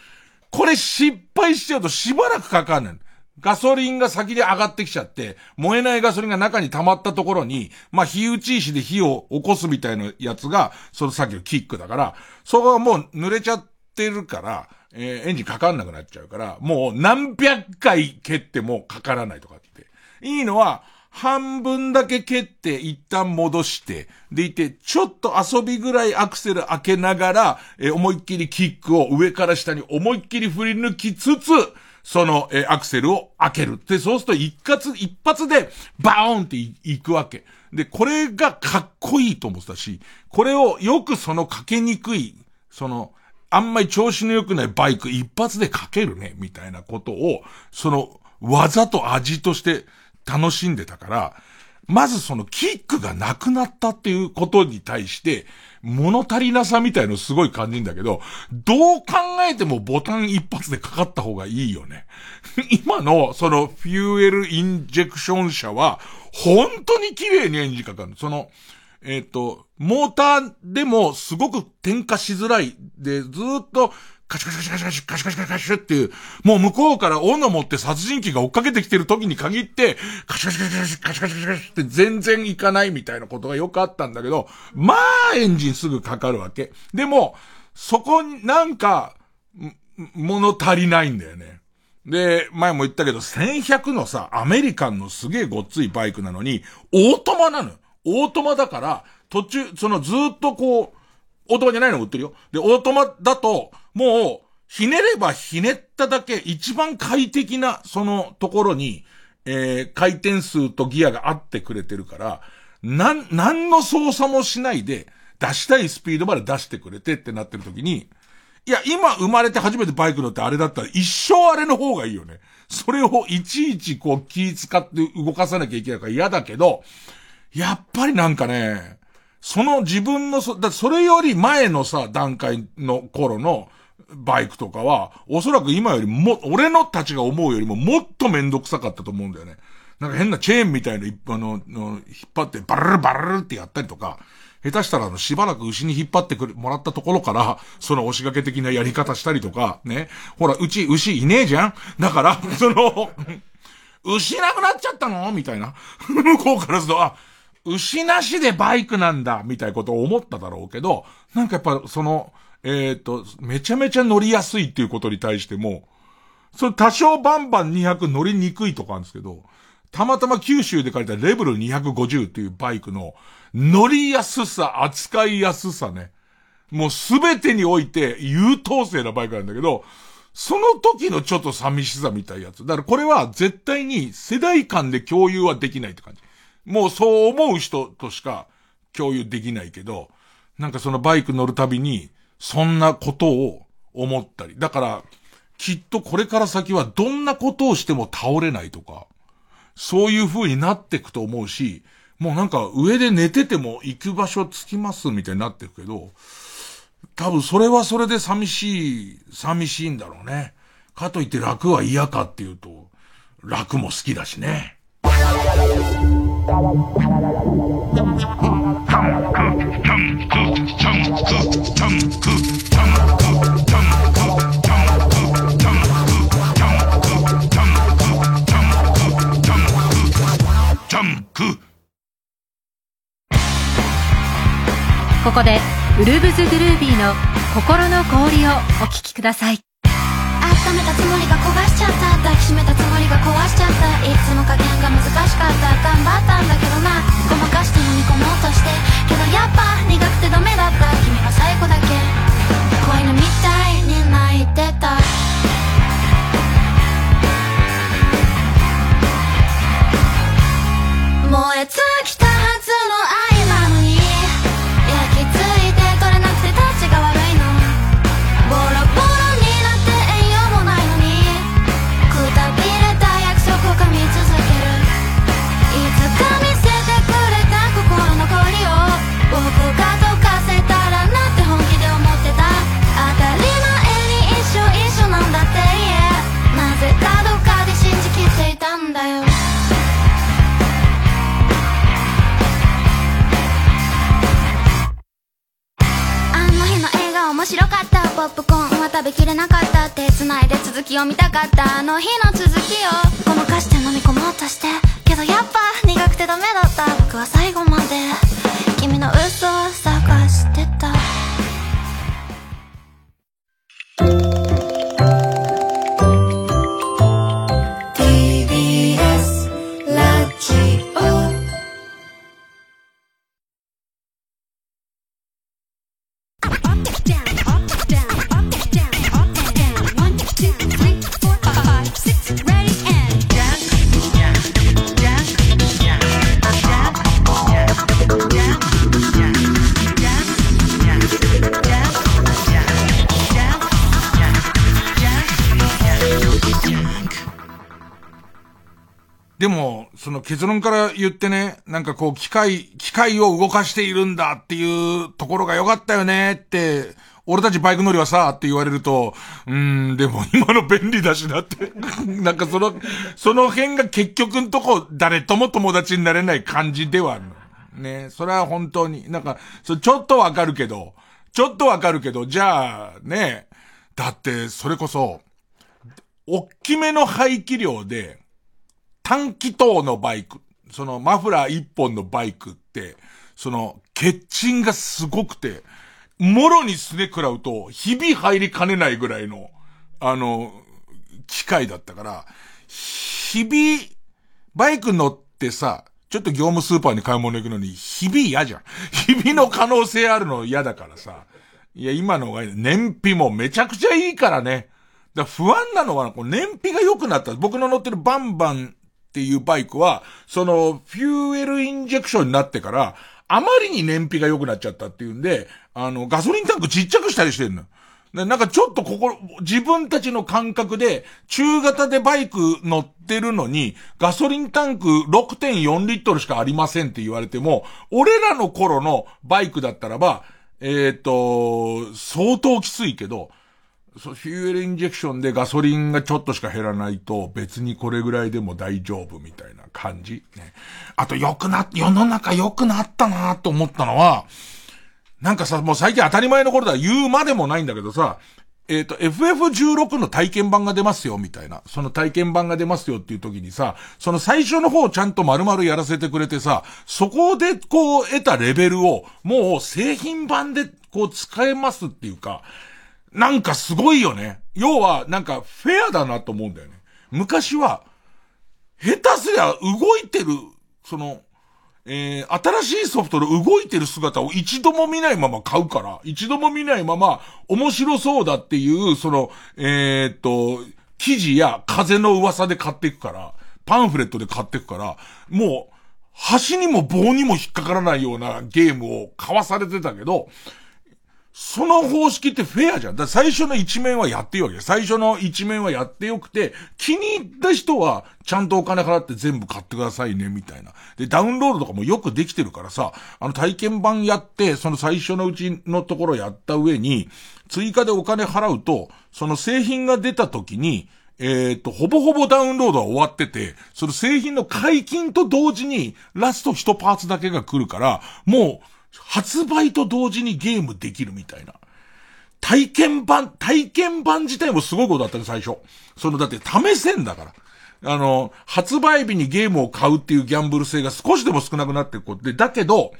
これ失敗しちゃうとしばらくかかんない。ガソリンが先で上がってきちゃって、燃えないガソリンが中に溜まったところに、火打ち石で火を起こすみたいなやつが、そのさっきのキックだから、そこがもう濡れちゃってるから、エンジンかかんなくなっちゃうから、もう何百回蹴ってもかからないとかって。いいのは、半分だけ蹴って一旦戻して、でいて、ちょっと遊びぐらいアクセル開けながら、思いっきりキックを上から下に思いっきり振り抜きつつ、その、アクセルを開ける。で、そうすると一発でバーンっていくわけ。で、これがかっこいいと思ってたし、これをよくそのかけにくい、あんまり調子の良くないバイク一発でかけるね、みたいなことを、その技と味として楽しんでたから、まずそのキックがなくなったっていうことに対して、物足りなさみたいのすごい感じるんだけど、どう考えてもボタン一発でかかった方がいいよね。今のそのフューエルインジェクション車は、本当に綺麗にエンジンかかる。モーターでもすごく点火しづらいで、ずーっとカシカシカシカシカシカシカシカシカシっていう、もう向こうから斧持って殺人鬼が追っかけてきてる時に限って、カシカシカシカシカシカシカシって全然いかないみたいなことがよくあったんだけど、エンジンすぐかかるわけ。でも、そこになんか、物足りないんだよね。で、前も言ったけど、1100のさ、アメリカンのすげえごっついバイクなのに、オートマなのよ。オートマだから、途中、ずーっとこう、オートマじゃないの売ってるよ。で、オートマだと、もう、ひねればひねっただけ、一番快適な、そのところに、回転数とギアが合ってくれてるから、なんの操作もしないで、出したいスピードまで出してくれてってなってる時に、いや、今生まれて初めてバイク乗ってあれだったら一生あれの方がいいよね。それをいちいちこう気使って動かさなきゃいけないから嫌だけど、やっぱりなんかね、その自分のそれより前のさ、段階の頃のバイクとかは、おそらく今よりも、俺のたちが思うよりももっとめんどくさかったと思うんだよね。なんか変なチェーンみたいな引っ張ってバルルバルルってやったりとか、下手したらしばらく牛に引っ張ってもらったところから、その押し掛け的なやり方したりとか、ね。ほら、牛いねえじゃん？だから、牛なくなっちゃったの？みたいな。向こうからすると、牛なしでバイクなんだ、みたいなことを思っただろうけど、なんかやっぱめちゃめちゃ乗りやすいっていうことに対しても、多少バンバン200乗りにくいとかあるんですけど、たまたま九州で借りたレベル250っていうバイクの乗りやすさ、扱いやすさね。もうすべてにおいて優等生なバイクなんだけど、その時のちょっと寂しさみたいなやつ。だからこれは絶対に世代間で共有はできないって感じ。もうそう思う人としか共有できないけど、なんかそのバイク乗るたびに、そんなことを思ったり。だから、きっとこれから先はどんなことをしても倒れないとか、そういう風になっていくと思うし、もうなんか上で寝てても行く場所着きますみたいになってるけど、多分それはそれで寂しいんだろうね。かといって楽は嫌かっていうと、楽も好きだしね。 ここでウルブズ・グルービーの心の氷をお聴きください。 温めたつもりが焦がしちゃった、抱きしめたつもりが壊しちゃった、いつも加減が難しかった、頑張ったんだけどな、ごまかして飲み込もうとして、けどやっぱ苦くてダメだった、君は最後だけ子犬みたいに泣いてた。燃え尽きたはずの愛なのに、焼き付いて取れなくてタッチが悪いの、ボロボロになって栄養もないのに、くたびれた約束を噛み続ける、いつか見せてくれた心の氷を僕が溶かせたらなって本気で思ってた。当たり前に一緒なんだって、なぜかどっかで信じきっていたんだよ。面白かった、ポップコーンは食べきれなかった、手繋いで続きを見たかったあの日の続きをごまかして飲み込もうとしてけどやっぱ苦くてダメだった僕は最後まで君の嘘を探してたでも、その結論から言ってね、なんかこう機械を動かしているんだっていうところが良かったよねって、俺たちバイク乗りはさって言われると、でも今の便利だしなって。なんかその辺が結局んとこ誰とも友達になれない感じではあるの。ね。それは本当に、なんか、ちょっとわかるけど、じゃあね、だってそれこそ、大きめの排気量で、短気筒のバイク、そのマフラー一本のバイクって、その欠賃がすごくて、もろにすね食らうと、ひび入りかねないぐらいの、機械だったから、バイク乗ってさ、ちょっと業務スーパーに買い物行くのに、ひび嫌じゃん。ひびの可能性あるの嫌だからさ。いや、今のが燃費もめちゃくちゃいいからね。だから不安なのは、燃費が良くなった。僕の乗ってるバンバンっていうバイクは、その、フューエルインジェクションになってから、あまりに燃費が良くなっちゃったっていうんで、ガソリンタンクちっちゃくしたりしてるの。で、なんかちょっと自分たちの感覚で、中型でバイク乗ってるのに、ガソリンタンク 6.4 リットルしかありませんって言われても、俺らの頃のバイクだったらば、相当きついけど、フューエルインジェクションでガソリンがちょっとしか減らないと別にこれぐらいでも大丈夫みたいな感じ。ね。あと世の中良くなったなと思ったのは、なんかさ、もう最近当たり前の頃だ言うまでもないんだけどさ、FF16 の体験版が出ますよみたいな。その体験版が出ますよっていう時にさ、その最初の方ちゃんと丸々やらせてくれてさ、そこでこう得たレベルをもう製品版でこう使えますっていうか、なんかすごいよね。要は、なんかフェアだなと思うんだよね。昔は、下手すりゃ動いてる、その、新しいソフトの動いてる姿を一度も見ないまま買うから、一度も見ないまま面白そうだっていう、その、記事や風の噂で買っていくから、パンフレットで買っていくから、もう、端にも棒にも引っかからないようなゲームを買わされてたけど、その方式ってフェアじゃん。だから最初の一面はやっていいわけよ。最初の一面はやってよくて、気に入った人はちゃんとお金払って全部買ってくださいね、みたいな。で、ダウンロードとかもよくできてるからさ、体験版やって、その最初のうちのところやった上に、追加でお金払うと、その製品が出た時に、ほぼほぼダウンロードは終わってて、その製品の解禁と同時に、ラスト1パーツだけが来るから、もう、発売と同時にゲームできるみたいな。体験版自体もすごいことだったね、最初。だって試せんだから。発売日にゲームを買うっていうギャンブル性が少しでも少なくなっていくことで、だけど、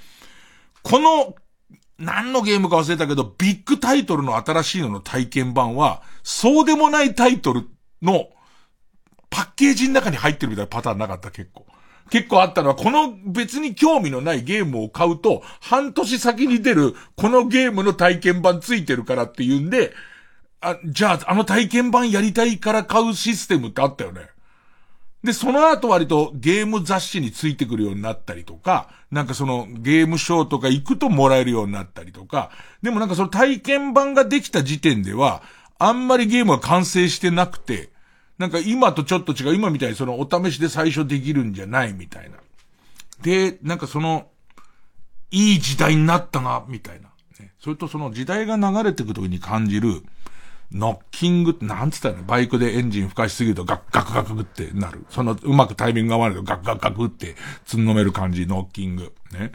何のゲームか忘れたけど、ビッグタイトルの新しいのの体験版は、そうでもないタイトルのパッケージの中に入ってるみたいなパターンなかった、結構あったのは、この別に興味のないゲームを買うと、半年先に出る、このゲームの体験版ついてるからっていうんで、じゃあ体験版やりたいから買うシステムってあったよね。で、その後割とゲーム雑誌についてくるようになったりとか、なんかそのゲームショーとか行くともらえるようになったりとか、でもなんかその体験版ができた時点では、あんまりゲームは完成してなくて、なんか今とちょっと違う、今みたいにそのお試しで最初できるんじゃないみたいな。で、なんかいい時代になったな、みたいな。それとその時代が流れていくときに感じる、ノッキングって、なんつったらね、バイクでエンジン吹かしすぎるとガクガクガクってなる。うまくタイミングが合わないとガクガクガクってつんのめる感じ、ノッキング。ね。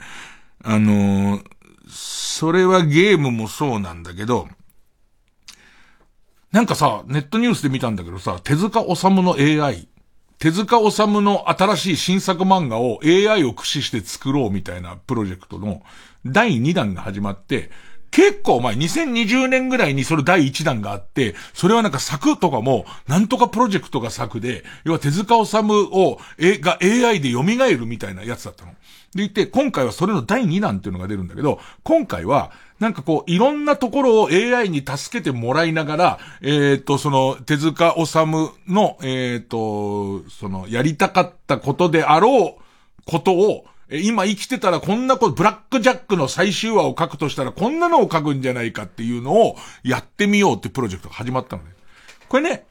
それはゲームもそうなんだけど、 なんかさ、ネットニュースで見たんだけどさ、手塚治虫の AI、手塚治虫の新しい新作漫画を AI を駆使して作ろうみたいなプロジェクトの第2弾が始まって、結構前、2020年ぐらいにそれ第1弾があって、それはなんか作とかも、なんとかプロジェクトが作で、要は手塚治虫が AI で蘇るみたいなやつだったの。でいて、今回はそれの第2弾っていうのが出るんだけど、今回は、なんかこう、いろんなところを AI に助けてもらいながら、その、手塚治虫の、その、やりたかったことであろうことを、今生きてたらこんなこと、ブラックジャックの最終話を書くとしたらこんなのを書くんじゃないかっていうのをやってみようってプロジェクトが始まったのね。これね、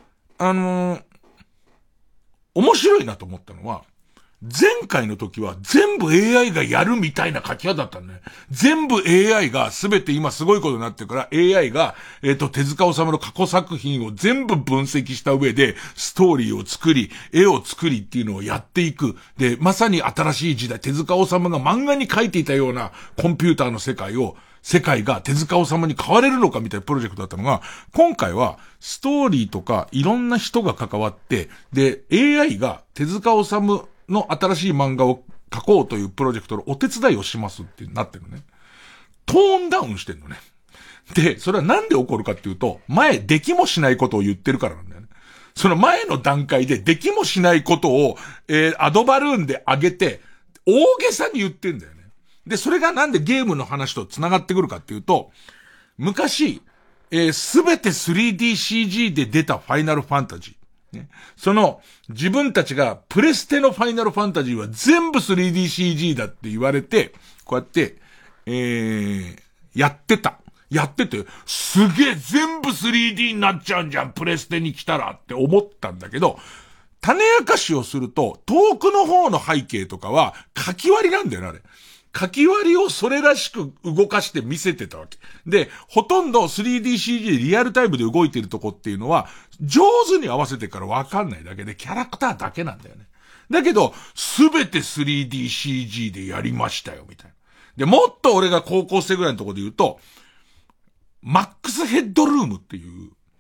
面白いなと思ったのは、前回の時は全部 AI がやるみたいな書き方だったのね。全部 AI が全て今すごいことになってるから AI が、手塚治虫の過去作品を全部分析した上でストーリーを作り、絵を作りっていうのをやっていく。で、まさに新しい時代、手塚治虫が漫画に描いていたようなコンピューターの世界が手塚治虫に変われるのかみたいなプロジェクトだったのが、今回はストーリーとかいろんな人が関わって、で、AI が手塚治虫の新しい漫画を書こうというプロジェクトのお手伝いをしますってなってるね。トーンダウンしてんのね。で、それはなんで起こるかっていうと、前できもしないことを言ってるからなんだよね。その前の段階でできもしないことを、アドバルーンで上げて、大げさに言ってんだよね。で、それがなんでゲームの話と繋がってくるかっていうと、昔、すべて 3DCG で出たファイナルファンタジー。ね、その、自分たちがプレステのファイナルファンタジーは全部 3DCG だって言われて、こうやって、やってて、すげえ全部 3D になっちゃうんじゃん、プレステに来たらって思ったんだけど、種明かしをすると、遠くの方の背景とかは、書き割りなんだよね、あれ。書き割りをそれらしく動かして見せてたわけ。で、ほとんど 3DCG でリアルタイムで動いてるとこっていうのは、上手に合わせてからわかんないだけで、キャラクターだけなんだよね。だけど、すべて 3DCG でやりましたよ、みたいな。で、もっと俺が高校生ぐらいのところで言うと、マックスヘッドルームっていう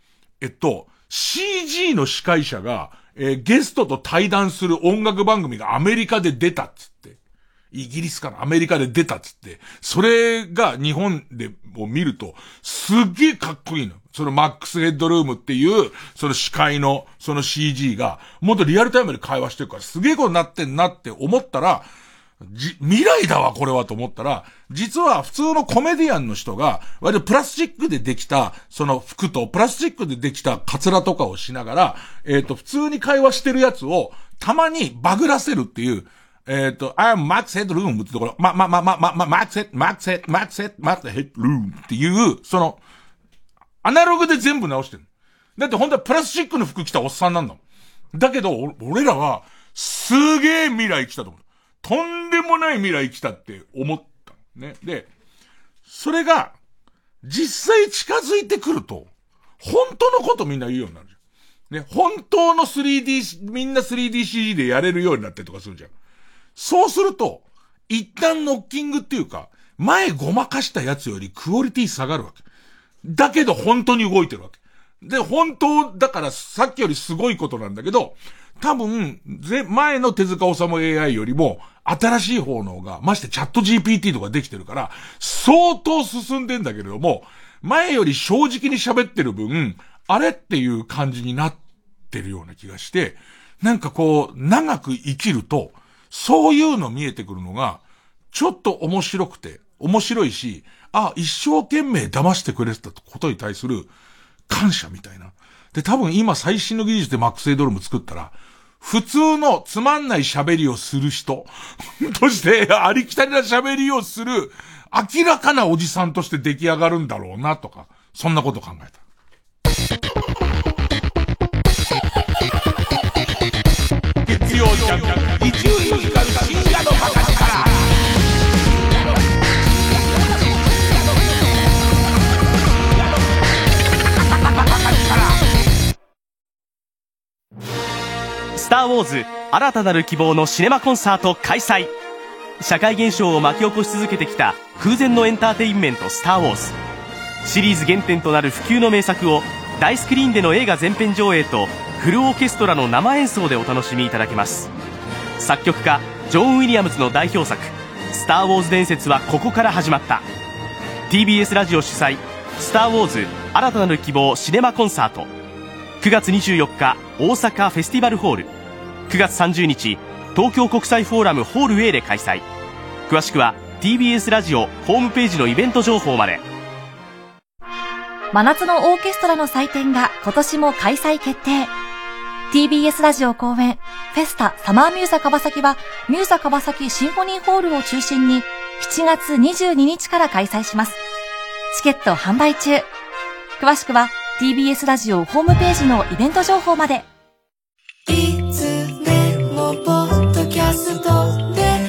、CG の司会者が、ゲストと対談する音楽番組がアメリカで出たっつって。イギリスからアメリカで出たっつって、それが日本でも見ると、すっげえかっこいいの。そのマックスヘッドルームっていう、その司会の、その CG が、もっとリアルタイムで会話してるから、すげえことになってんなって思ったら、未来だわ、これはと思ったら、実は普通のコメディアンの人が、割とプラスチックでできた、その服と、プラスチックでできたカツラとかをしながら、普通に会話してるやつを、たまにバグらせるっていう、I'm Max Headroom ってところ、Max Headroom っていう、その、アナログで全部直してる。だって本当はプラスチックの服着たおっさんなんだもん。だけど、俺らは、すげえ未来来たと思う。とんでもない未来来たって思った。ね。で、それが、実際近づいてくると、本当のことみんな言うようになるじゃん。ね。本当の 3D、みんな 3DCG でやれるようになってとかするじゃん。そうすると、一旦ノッキングっていうか、前ごまかしたやつよりクオリティ下がるわけ。だけど本当に動いてるわけ。で、本当だからさっきよりすごいことなんだけど、多分、前の手塚治虫 AI よりも新しい方のが、ましてチャット GPT とかできてるから、相当進んでんだけれども、前より正直に喋ってる分、あれっていう感じになってるような気がして、なんかこう、長く生きると、そういうの見えてくるのが、ちょっと面白くて、面白いし、一生懸命騙してくれたことに対する感謝みたいな。で、多分今最新の技術でマックスヘッドルーム作ったら、普通のつまんない喋りをする人として、ありきたりな喋りをする、明らかなおじさんとして出来上がるんだろうな、とか、そんなこと考えた。月曜ジャンク、伊集院光深夜のバカ力。 スターウォーズ新たなる希望のシネマコンサート開催。社会現象を巻き起こし続けてきた空前のエンターテインメントスターウォーズ。シリーズ原点となる不朽の名作を大スクリーンでの映画全編上映とフルオーケストラの生演奏でお楽しみいただけます。作曲家ジョン・ウィリアムズの代表作スター・ウォーズ伝説はここから始まった。 TBS ラジオ主催スター・ウォーズ新たなる希望シネマコンサート、9月24日大阪フェスティバルホール、9月30日東京国際フォーラムホール A で開催。詳しくは TBS ラジオホームページのイベント情報まで。 真夏のオーケストラの祭典が今年も開催決定。TBS ラジオ公演フェスタサマーミューザ川崎はミューザ川崎シンフォニーホールを中心に7月22日から開催します。チケット販売中。詳しくは TBS ラジオホームページのイベント情報まで。 いつでもポッドキャストで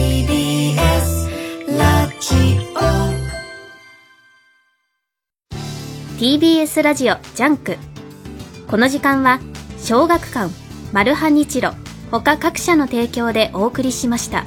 TBS ラジオ TBS ラジオジャンク。この時間は小学館、マルハニチロ他各社の提供でお送りしました。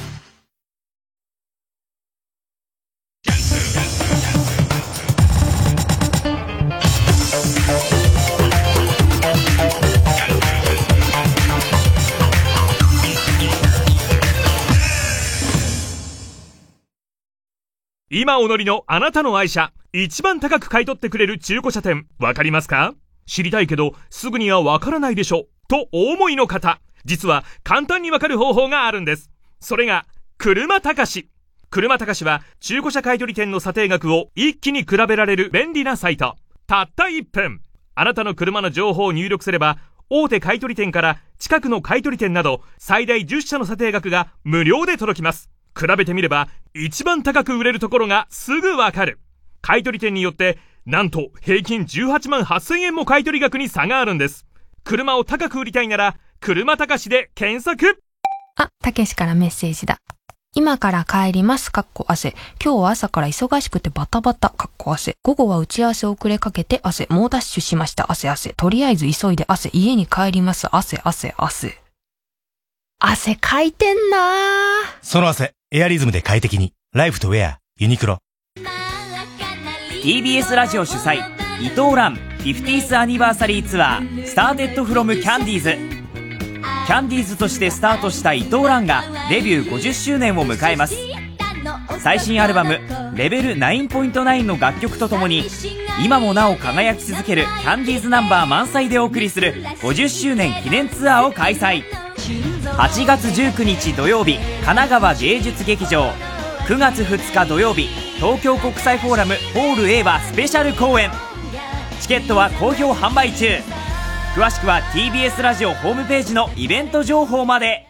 今お乗りのあなたの愛車、一番高く買い取ってくれる中古車店、わかりますか？知りたいけどすぐにはわからないでしょとお思いの方、実は簡単にわかる方法があるんです。それが車高し。車高しは中古車買取店の査定額を一気に比べられる便利なサイト。たった1分、あなたの車の情報を入力すれば大手買取店から近くの買取店など最大10社の査定額が無料で届きます。比べてみれば一番高く売れるところがすぐわかる。買取店によってなんと平均18万8000円も買取額に差があるんです。車を高く売りたいなら車高しで検索。 あ、たけしからメッセージだ。今から帰ります。かっこ汗。今日は朝から忙しくてバタバタ。かっこ汗。午後は打ち合わせ遅れかけて汗。猛ダッシュしました。汗汗。とりあえず急いで汗。家に帰ります。汗汗汗。汗かいてんなー。 その汗、エアリズムで快適に。ライフとウェア、ユニクロ。 TBS ラジオ主催伊藤蘭 50th アニバーサリーツアースターテッドフロムキャンディーズ。キャンディーズとしてスタートした伊藤蘭がデビュー50周年を迎えます。最新アルバムレベル 9.9 の楽曲とともに今もなお輝き続けるキャンディーズナンバー満載でお送りする50周年記念ツアーを開催。8月19日土曜日神奈川芸術劇場、9月2日土曜日東京国際フォーラムホール A はスペシャル公演。チケットは好評販売中。詳しくは TBS ラジオホームページのイベント情報まで。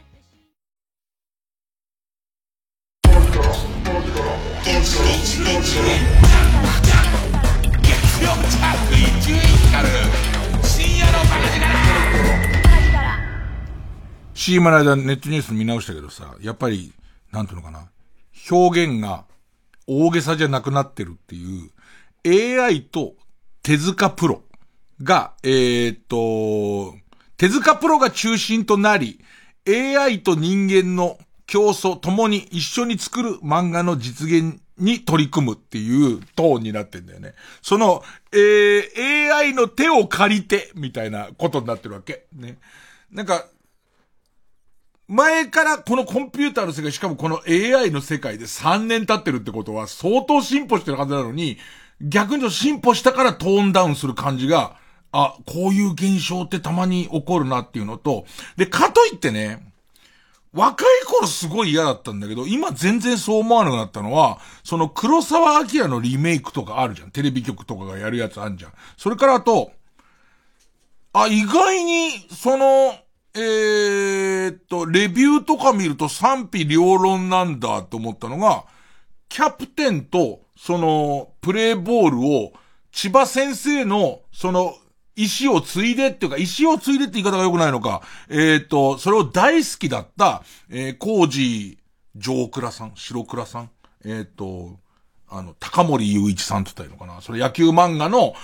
CM の間ネットニュース見直したけどさ、やっぱりなんていうのかな、表現が大げさじゃなくなってるっていう AI と手塚プロが、手塚プロが中心となり AI と人間の競争共に一緒に作る漫画の実現に取り組むっていうトーンになってんだよね。その、AI の手を借りてみたいなことになってるわけね。なんか前からこのコンピューターの世界、しかもこの AI の世界で3年経ってるってことは相当進歩してるはずなのに、逆に進歩したからトーンダウンする感じが、こういう現象ってたまに起こるなっていうのと、で、かといってね、若い頃すごい嫌だったんだけど、今全然そう思わなくなったのは、その黒澤明のリメイクとかあるじゃん。テレビ局とかがやるやつあるじゃん。それからあと、意外に、その、レビューとか見ると賛否両論なんだと思ったのが、キャプテンと、その、プレイボールを、千葉先生の、その、意思を継いでっていうか、意思を継いでって言い方が良くないのか、それを大好きだった、コージ城倉さん、白倉さん、高森雄一さんって言ったらいいのかな、それ野球漫画の、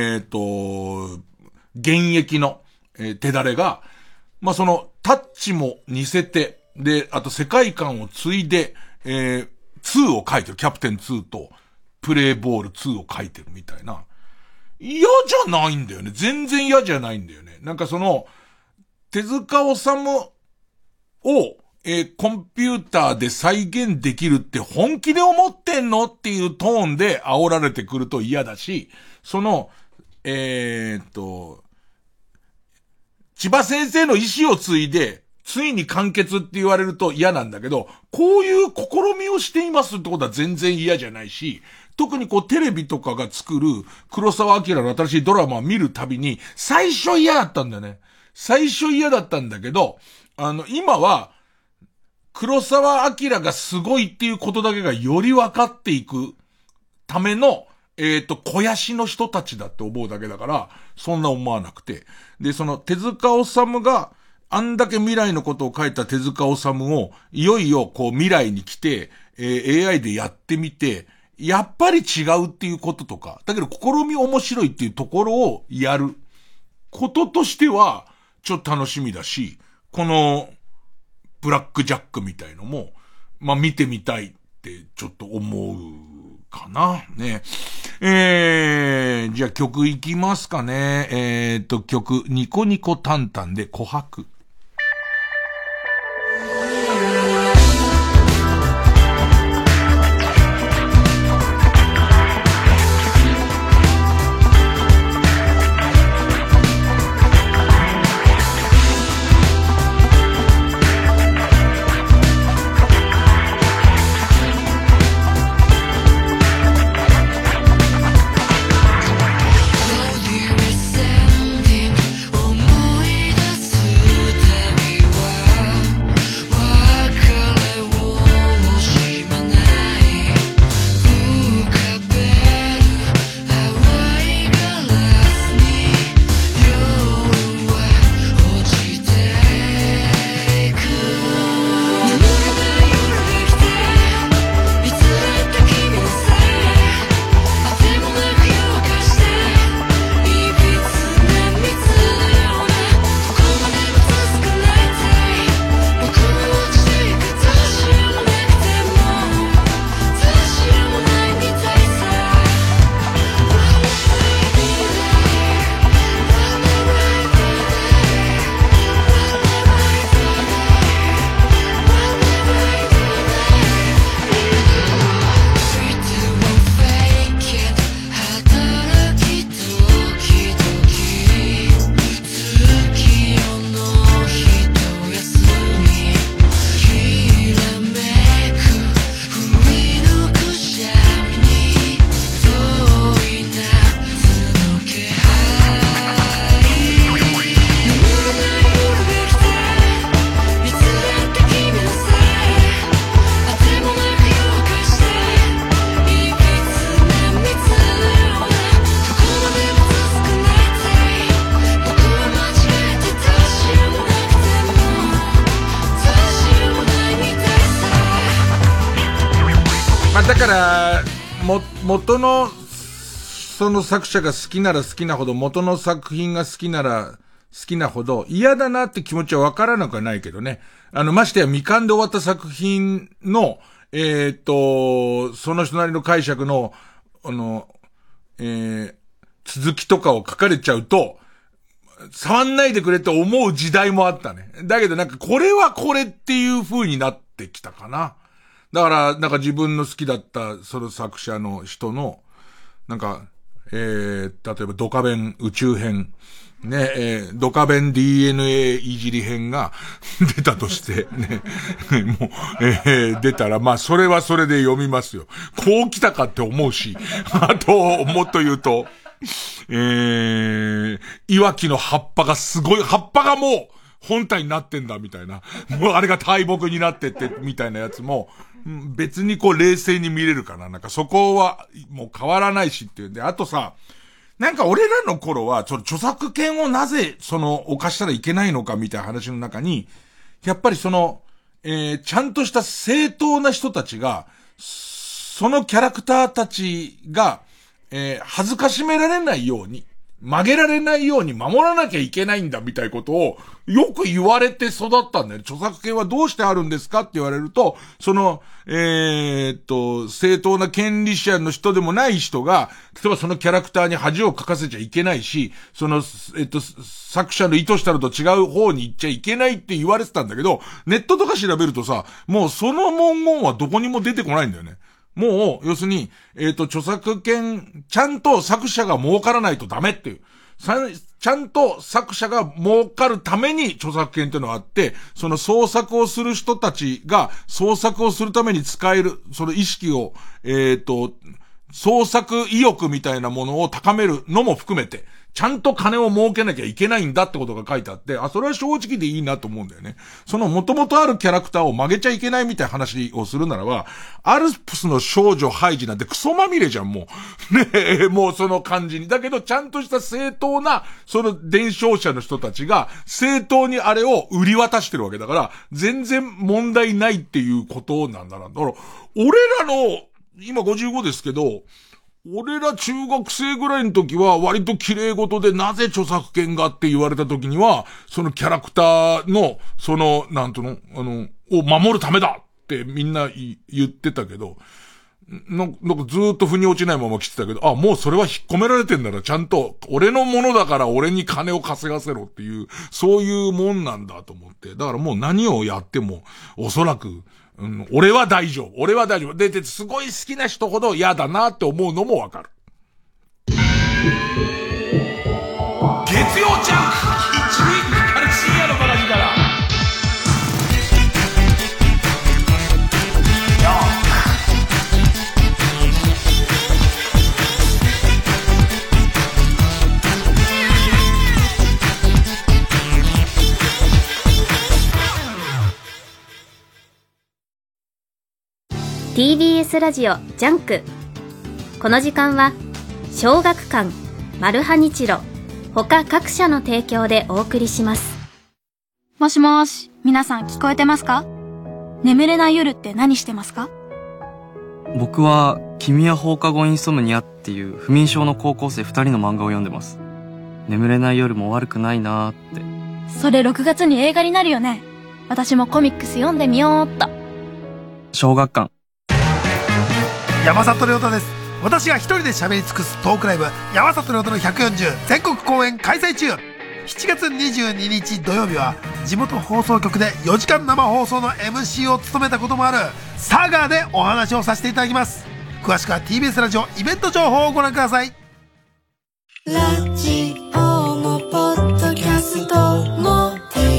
現役の、手だれが、まあ、その、タッチも似せて、で、あと世界観を継いで、2を書いてる。キャプテン2と、プレイボール2を書いてるみたいな。 嫌じゃないんだよね。全然嫌じゃないんだよね。なんかその、手塚治虫を、コンピューターで再現できるって本気で思ってんのっていうトーンで煽られてくると嫌だし、その、千葉先生の意思を継いで、ついに完結って言われると嫌なんだけど、こういう試みをしていますってことは全然嫌じゃないし、特にこうテレビとかが作る黒澤明の新しいドラマを見るたびに、最初嫌だったんだよね。最初嫌だったんだけど、今は、黒澤明がすごいっていうことだけがより分かっていくための、肥やしの人たちだって思うだけだから、そんな思わなくて。で、その手塚治虫が、あんだけ未来のことを書いた手塚治虫を、いよいよこう未来に来て、AI でやってみて、やっぱり違うっていうこととか、だけど試み面白いっていうところをやることとしては、ちょっと楽しみだし、この、ブラックジャックみたいのも、まあ、見てみたいってちょっと思うかな。ね。じゃあ曲いきますかね。曲、ニコニコタンタンで琥珀。だから元のその作者が好きなら好きなほど、元の作品が好きなら好きなほど嫌だなって気持ちはわからなくはないけどね。ましてや未完で終わった作品のその人なりの解釈の続きとかを書かれちゃうと触んないでくれって思う時代もあったね。だけどなんかこれはこれっていう風になってきたかな。だからなんか自分の好きだったその作者の人のなんか例えばドカベン宇宙編ね、ドカベン DNA いじり編が出たとしてねもう、出たらまあそれはそれで読みますよ。こう来たかって思うし、あともっと言うといわきの葉っぱがすごい、葉っぱがもう本体になってんだみたいな、もうあれが大木になってってみたいなやつも別にこう冷静に見れるかな。なんかそこはもう変わらないしっていうんで、あとさ、なんか俺らの頃はその著作権をなぜその犯したらいけないのかみたいな話の中に、やっぱりそのちゃんとした正当な人たちがそのキャラクターたちが恥ずかしめられないように曲げられないように守らなきゃいけないんだみたいなことをよく言われて育ったんだよね。著作権はどうしてあるんですかって言われると、その、正当な権利者の人でもない人が、例えばそのキャラクターに恥をかかせちゃいけないし、その、作者の意図したのと違う方に行っちゃいけないって言われてたんだけど、ネットとか調べるとさ、もうその文言はどこにも出てこないんだよね。もう、要するに、著作権、ちゃんと作者が儲からないとダメっていう。ちゃんと作者が儲かるために著作権っていうのがあって、その創作をする人たちが創作をするために使える、その意識を、創作意欲みたいなものを高めるのも含めて、ちゃんと金を儲けなきゃいけないんだってことが書いてあって、それは正直でいいなと思うんだよね。その元々あるキャラクターを曲げちゃいけないみたいな話をするならば、アルプスの少女ハイジなんてクソまみれじゃん、もう。ねえ、もうその感じに。だけど、ちゃんとした正当な、その伝承者の人たちが、正当にあれを売り渡してるわけだから、全然問題ないっていうことなんだな。だから、俺らの、今55ですけど、俺ら中学生ぐらいの時は割と綺麗事でなぜ著作権がって言われた時には、そのキャラクターの、その、なんとの、を守るためだってみんな言ってたけど、なんかずーっと腑に落ちないまま来てたけど、もうそれは引っ込められてんならちゃんと、俺のものだから俺に金を稼がせろっていう、そういうもんなんだと思って。だからもう何をやっても、おそらく、俺は大丈夫。で、すごい好きな人ほど嫌だなって思うのもわかる。月曜ジャンク一塁から深夜のバラジから。 TBS ラジオジャンク。この時間は小学館、マルハニチロ他各社の提供でお送りします。 もしもし、皆さん聞こえてますか？眠れない夜って何してますか？ 僕は君は放課後インソムニアっていう不眠症の高校生2人の漫画を読んでます。眠れない夜も悪くないなーって。 それ6月に映画になるよね。私もコミックス読んでみようっと。 小学館。 山里亮太です。私が一人で喋り尽くすトークライブ山里亮太の140全国公演開催中。7月22日土曜日は地元放送局で4時間生放送の MC を務めたこともあるサガーでお話をさせていただきます。詳しくは TBS ラジオイベント情報をご覧ください。 ラジオもポッドキャストも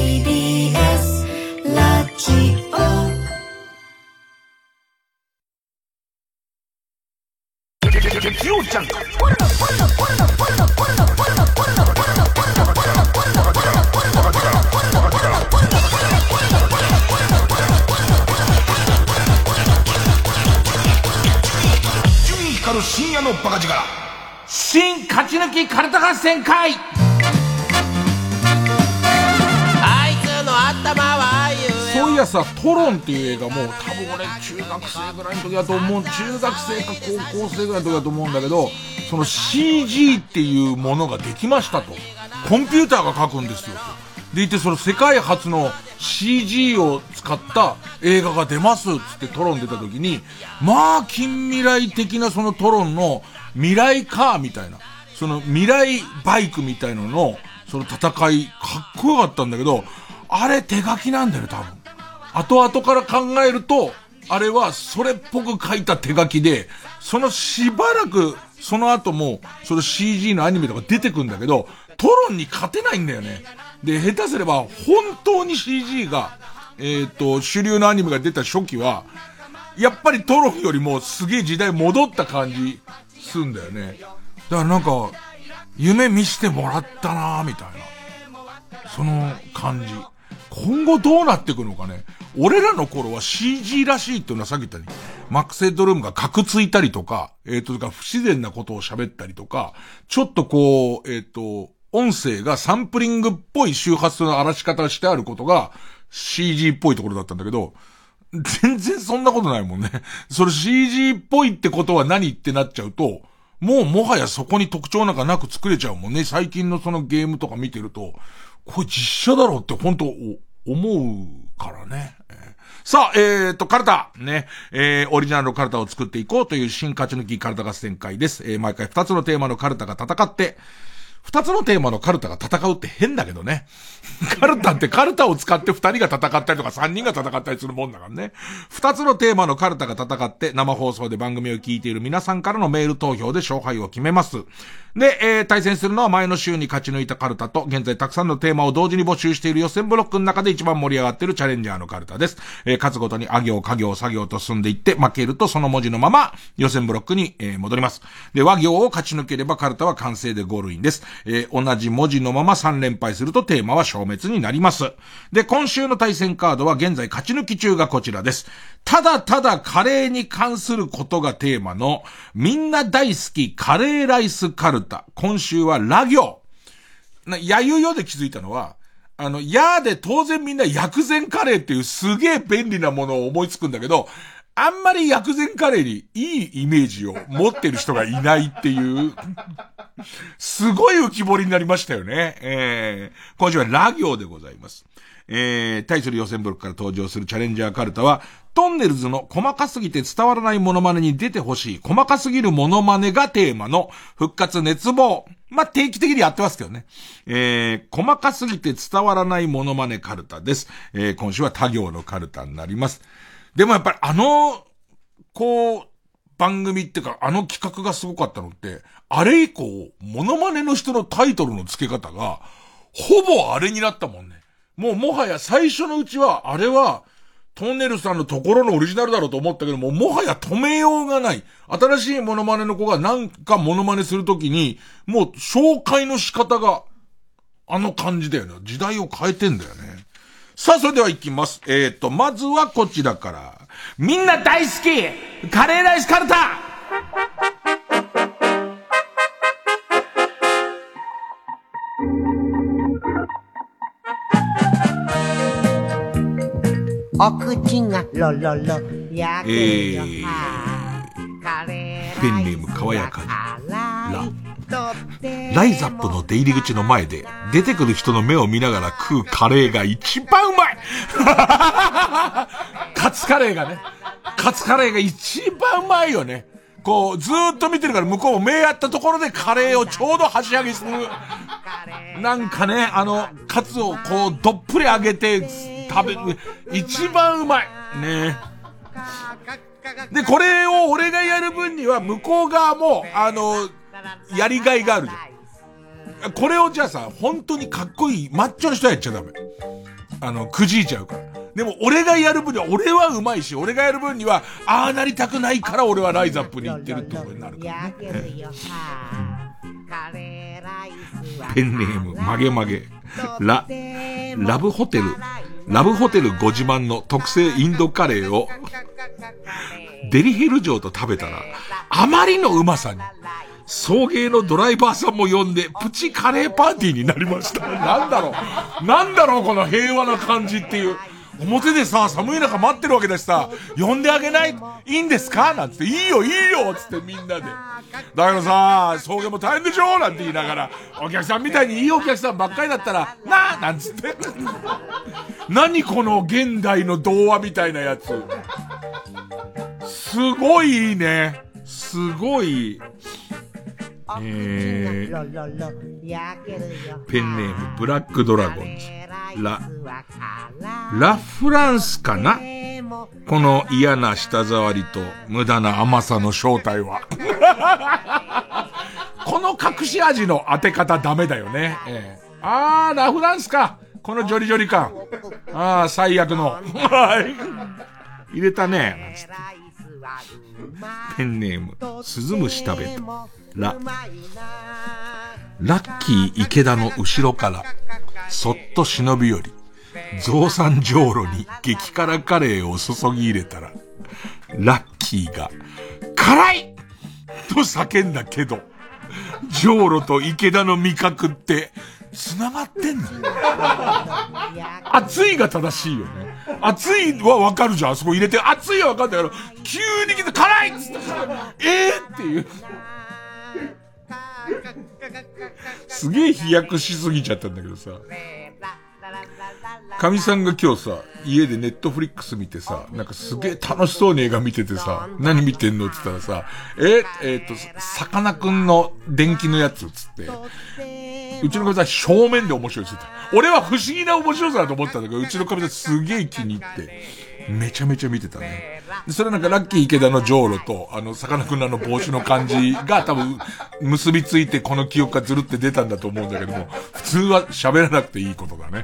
TBS ラジオ。 月曜ジャンク。 伊集院光る深夜のバカ力。 新勝ち抜きカルタ合戦会。 あいつの頭はああいう。 そういやさ、トロンっていう映画も多分俺中学生ぐらいの時だと思う、中学生か高校生ぐらいの時だと思うんだけど、その CG っていうものができましたと。コンピューターが描くんですよと。でいて、その世界初の CG を使った映画が出ますっつってトロン出た時に、まあ近未来的なそのトロンの未来カーみたいな、その未来バイクみたいなののその戦いかっこよかったんだけど、あれ手書きなんだよ多分。後々から考えると、あれはそれっぽく書いた手書きで、そのしばらくその後もその CG のアニメとか出てくんだけど、トロンに勝てないんだよね。で、下手すれば本当に CG が主流のアニメが出た初期はやっぱりトロンよりもすげえ時代戻った感じすんだよね。だからなんか夢見してもらったなーみたいな、その感じ。今後どうなっていくのかね。俺らの頃は CG らしいっていうのはさっき言ったように、マックス・ヘッドルームがカクついたりとか、不自然なことを喋ったりとか、ちょっとこう、音声がサンプリングっぽい周波数の荒らし方をしてあることが CG っぽいところだったんだけど、全然そんなことないもんね。それ CG っぽいってことは何ってなっちゃうと、 もはやそこに特徴なんかなく作れちゃうもんね。最近のそのゲームとか見てると、これ実写だろうって本当思うからね。さあ、カルタ、ね、オリジナルのカルタを作っていこうという新勝ち抜きカルタ合戦会です。毎回2つのテーマのカルタが戦って、2つのテーマのカルタが戦うって変だけどね。カルタってカルタを使って2人が戦ったりとか3人が戦ったりするもんだからね。2つのテーマのカルタが戦って生放送で番組を聞いている皆さんからのメール投票で勝敗を決めます。で、対戦するのは前の週に勝ち抜いたカルタと現在たくさんのテーマを同時に募集している予選ブロックの中で一番盛り上がっているチャレンジャーのカルタです。勝つごとにあ行、家行、作業と進んでいって負けるとその文字のまま予選ブロックに、戻ります。で、和行を勝ち抜ければカルタは完成でゴールインです。同じ文字のまま3連敗するとテーマは消滅になります。で、今週の対戦カードは現在勝ち抜き中がこちらです。ただただカレーに関することがテーマのみんな大好きカレーライスカルタ。今週はラ行。やゆよで気づいたのは、やで当然みんな薬膳カレーっていうすげえ便利なものを思いつくんだけど、あんまり薬膳カレーにいいイメージを持ってる人がいないっていう、すごい浮き彫りになりましたよね。今週はラ行でございます。対する予選ブロックから登場するチャレンジャーカルタは、トンネルズの細かすぎて伝わらないモノマネに出てほしい、細かすぎるモノマネがテーマの復活熱望。定期的にやってますけどね。細かすぎて伝わらないモノマネカルタです。今週は他行のカルタになります。でもやっぱり番組ってか企画がすごかったのって、あれ以降、モノマネの人のタイトルの付け方が、ほぼあれになったもんね。もはや最初のうちは、あれは、トンネルさんのところのオリジナルだろうと思ったけども、もはや止めようがない。新しいモノマネの子がなんかモノマネするときに、もう紹介の仕方が、感じだよね。時代を変えてんだよね。さあ、それでは行きます。まずはこちらから。みんな大好きカレーライスカルタ。 お口がロロロ焼けるよ、 ペンネームかわやかにライザップの出入り口の前で出てくる人の目を見ながら食うカレーが一番うまいカツカレーが一番うまいよね。こうずーっと見てるから向こうも目やったところでカレーをちょうど箸上げする。なんかね、カツをこうどっぷり揚げて食べる。一番うまい。ね。で、これを俺がやる分には向こう側も、やりがいがあるじゃん。これをじゃあさ、本当にかっこいいマッチョの人はやっちゃダメ。くじいちゃうから。でも俺がやる分には、俺はうまいし、俺がやる分には、ああなりたくないから俺はライズアップに行ってるってことになるからね。ペンネーム、曲げ曲げ。ラブホテルご自慢の特製インドカレーを、デリヘル城と食べたら、あまりのうまさに、送迎のドライバーさんも呼んで、プチカレーパーティーになりました。なんだろう、この平和な感じっていう。表でさ、寒い中待ってるわけだしさ、呼んであげないいいんですかなんつって、いいよつってみんなで。だけどさ、送迎も大変でしょなんて言いながら、お客さんみたいにいいお客さんばっかりだったら、なんつって。何この現代の童話みたいなやつ。すごいいいね。すごい。ペンネームブラックドラゴンズ。ラフランスかな、この嫌な舌触りと無駄な甘さの正体は。この隠し味の当て方ダメだよね。ラフランスか。このジョリジョリ感。最悪の。入れたね。ペンネーム、スズムシ食べた。ラッキー池田の後ろから、そっと忍び寄り、増産じょうろに激辛カレーを注ぎ入れたら、ラッキーが、辛いと叫んだけど、じょうろと池田の味覚って、繋がってんの？熱いが正しいよね。熱いはわかるじゃん。あそこ入れて、熱いはわかんないけど、急に来て辛いっつって、っていう。 すげえ飛躍しすぎちゃったんだけどさ。かみさんが今日さ、家でネットフリックス見てさ、なんかすげえ楽しそうに映画見ててさ、何見てんのって言ったらさ、さかなクンの電気のやつつって、うちのかみさん正面で面白いって言ってた。俺は不思議な面白さだと思ったんだけど、うちのかみさんすげえ気に入って、めちゃめちゃ見てたね。それなんかラッキー池田のジョーロと、さかなクンの帽子の感じが多分、結びついてこの記憶がずるって出たんだと思うんだけども、普通は喋らなくていいことだね。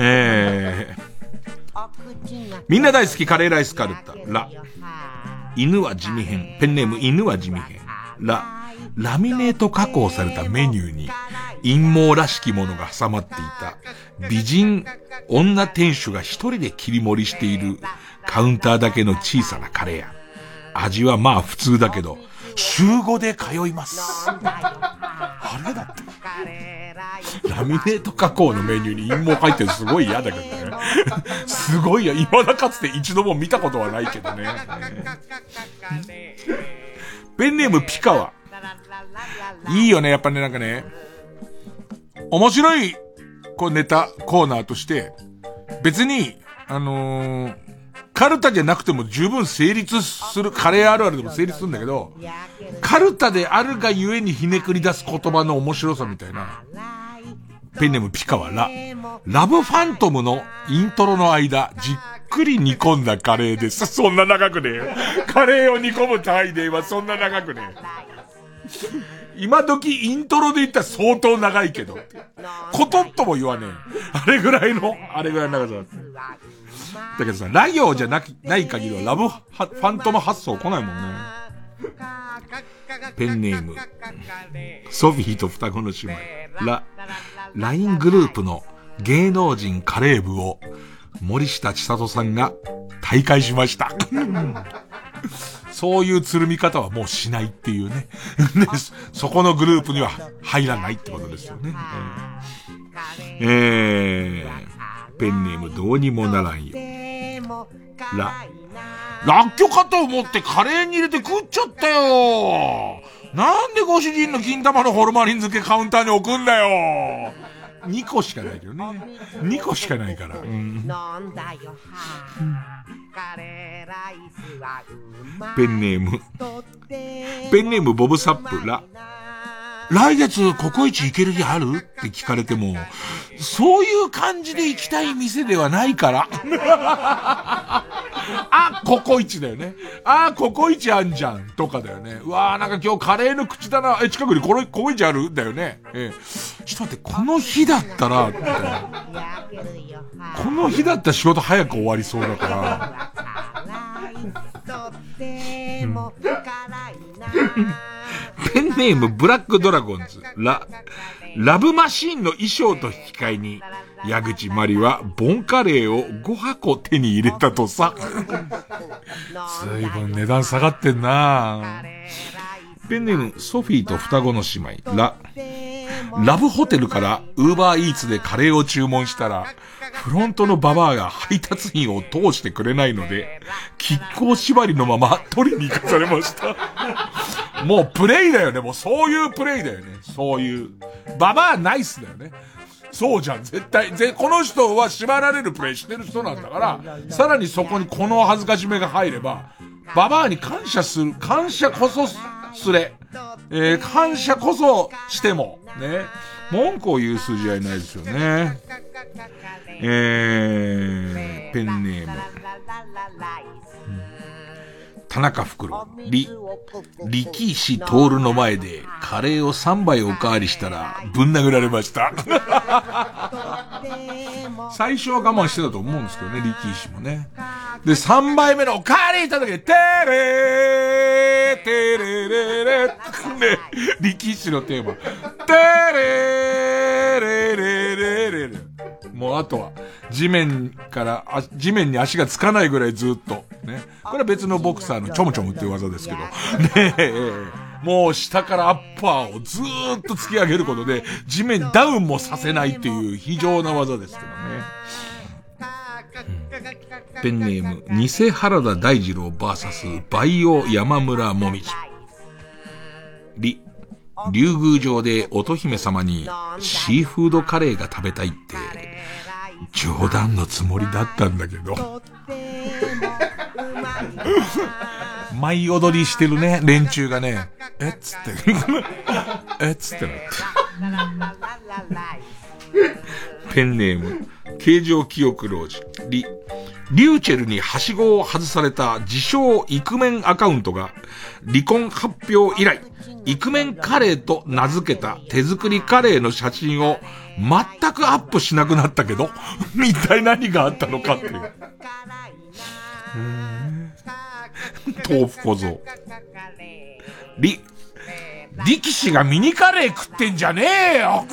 みんな大好きカレーライスカルタ。ラ。犬は地味編。ペンネーム犬は地味編。ラ。ラミネート加工されたメニューに陰謀らしきものが挟まっていた美人女店主が一人で切り盛りしているカウンターだけの小さなカレー屋。味はまあ普通だけど週5で通います。あれだってラミネート加工のメニューに陰謀入ってるすごい嫌だけどね。すごいや、未だかつて一度も見たことはないけどね。ペンネームピカワ。いいよね、やっぱね、なんかね、面白い、ネタコーナーとして、別に、カルタじゃなくても十分成立する、カレーあるあるでも成立するんだけど、カルタであるがゆえにひねくり出す言葉の面白さみたいな。ペンネームピカはラブファントムのイントロの間、じっくり煮込んだカレーです。そんな長くねえ。カレーを煮込む単位ではそんな長くねえ。今時イントロで言ったら相当長いけど。ことっとも言わねえ。あれぐらいの長さだった。だけどさ、ラ行じゃない限りはラブファントム発想来ないもんね。ペンネームソフィーと双子の姉妹。LINE グループの芸能人カレー部を森下千里さんが退会しました。そういうつるみ方はもうしないっていうね。で、そこのグループには入らないってことですよね。ペンネームどうにもならんよ。らっきょかと思ってカレーに入れて食っちゃったよ。なんでご主人の金玉のホルマリン漬けカウンターに置くんだよ。2個しかないけどね。2個しかないから。ペンネームボブサップ。来月ココイチ行ける日あるって聞かれても、そういう感じで行きたい店ではないから。あ、ココイチだよね。あ、ココイチあんじゃんとかだよね。うわー、なんか今日カレーの口だな。近くにココイチあるだよね。ちょっと待って、この日だったら、この日だったら仕事早く終わりそうだから。ペンネームブラックドラゴンズ。ラブマシーンの衣装と引き換えに矢口まりはボンカレーを5箱手に入れたとさ。随分値段下がってんな。ペンネームソフィーと双子の姉妹。ラブホテルからウーバーイーツでカレーを注文したら、フロントのババアが配達員を通してくれないので、亀甲縛りのまま取りに行かされました。もうプレイだよね。もうそういうプレイだよね。そういう。ババアナイスだよね。そうじゃん。絶対。この人は縛られるプレイしてる人なんだから、さらにそこにこの恥ずかしめが入れば、ババアに感謝する。感謝こそすれ。感謝こそしても。ね。文句を言う筋合いないですよね。ペンネーム。田中袋。力石徹の前でカレーを3杯おかわりしたらぶん殴られました。最初は我慢してたと思うんですけどね、力石もね。で、3杯目のおかわりいた時に、テレー、テレレレね、力石のテーマ。テレレレレレレ。もうあとは、地面に足がつかないぐらいずっと。ね。これは別のボクサーのチョムチョムっていう技ですけど。ねもう下からアッパーをずーっと突き上げることで、地面ダウンもさせないっていう非常な技ですけどね。ペンネーム、偽原田大二郎 VS バイオ山村もみじ。 竜宮城で乙姫様にシーフードカレーが食べたいって冗談のつもりだったんだけど舞踊りしてるね連中がねっつってっつってなってペンネーム形状記憶老人リューチェルにはしごを外された自称イクメンアカウントが離婚発表以来イクメンカレーと名付けた手作りカレーの写真を全くアップしなくなったけど一体何があったのかっていう豆腐小僧力士がミニカレー食ってんじゃねえよ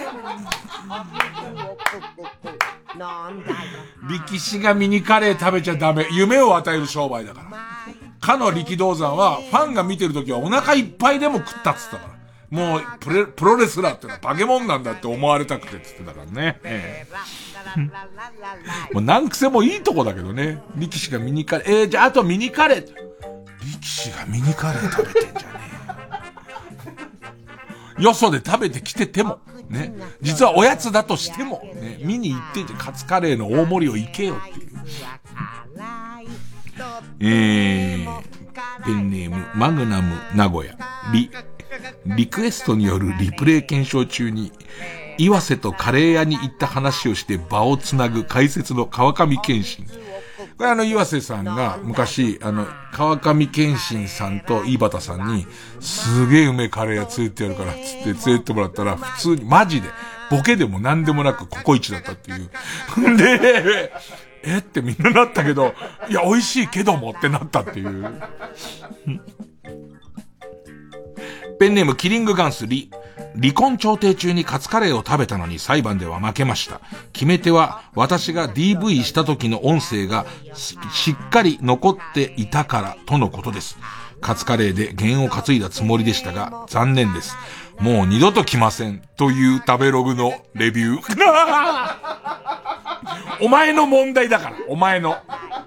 力士がミニカレー食べちゃダメ。夢を与える商売だから。かの力道山はファンが見てるときはお腹いっぱいでも食ったっつったから。もうプロレスラーってのは化け物なんだって思われたくてっつってたからね。もう何癖もいいとこだけどね。力士がミニカレー。じゃああとミニカレー。力士がミニカレー食べてんじゃねえよ。よそで食べてきてても。ね。実はおやつだとしても、ね。見に行っててカツカレーの大盛りを行けよっていう。ペンネームマグナム名古屋リクエストによるリプレイ検証中に岩瀬とカレー屋に行った話をして場をつなぐ解説の川上健信。これ岩瀬さんが昔川上健信さんと井端さんにすげえうめえカレー屋連れてやるからつって連れてってもらったら普通にマジでボケでも何でもなくココイチだったっていう。でってみんななったけど、いや、美味しいけどもってなったっていう。ペンネームキリングガンス離婚調停中にカツカレーを食べたのに裁判では負けました。決め手は私が DV した時の音声がしっかり残っていたからとのことです。カツカレーで弦を担いだつもりでしたが残念です。もう二度と来ませんという食べログのレビュー。お前の問題だから、お前の。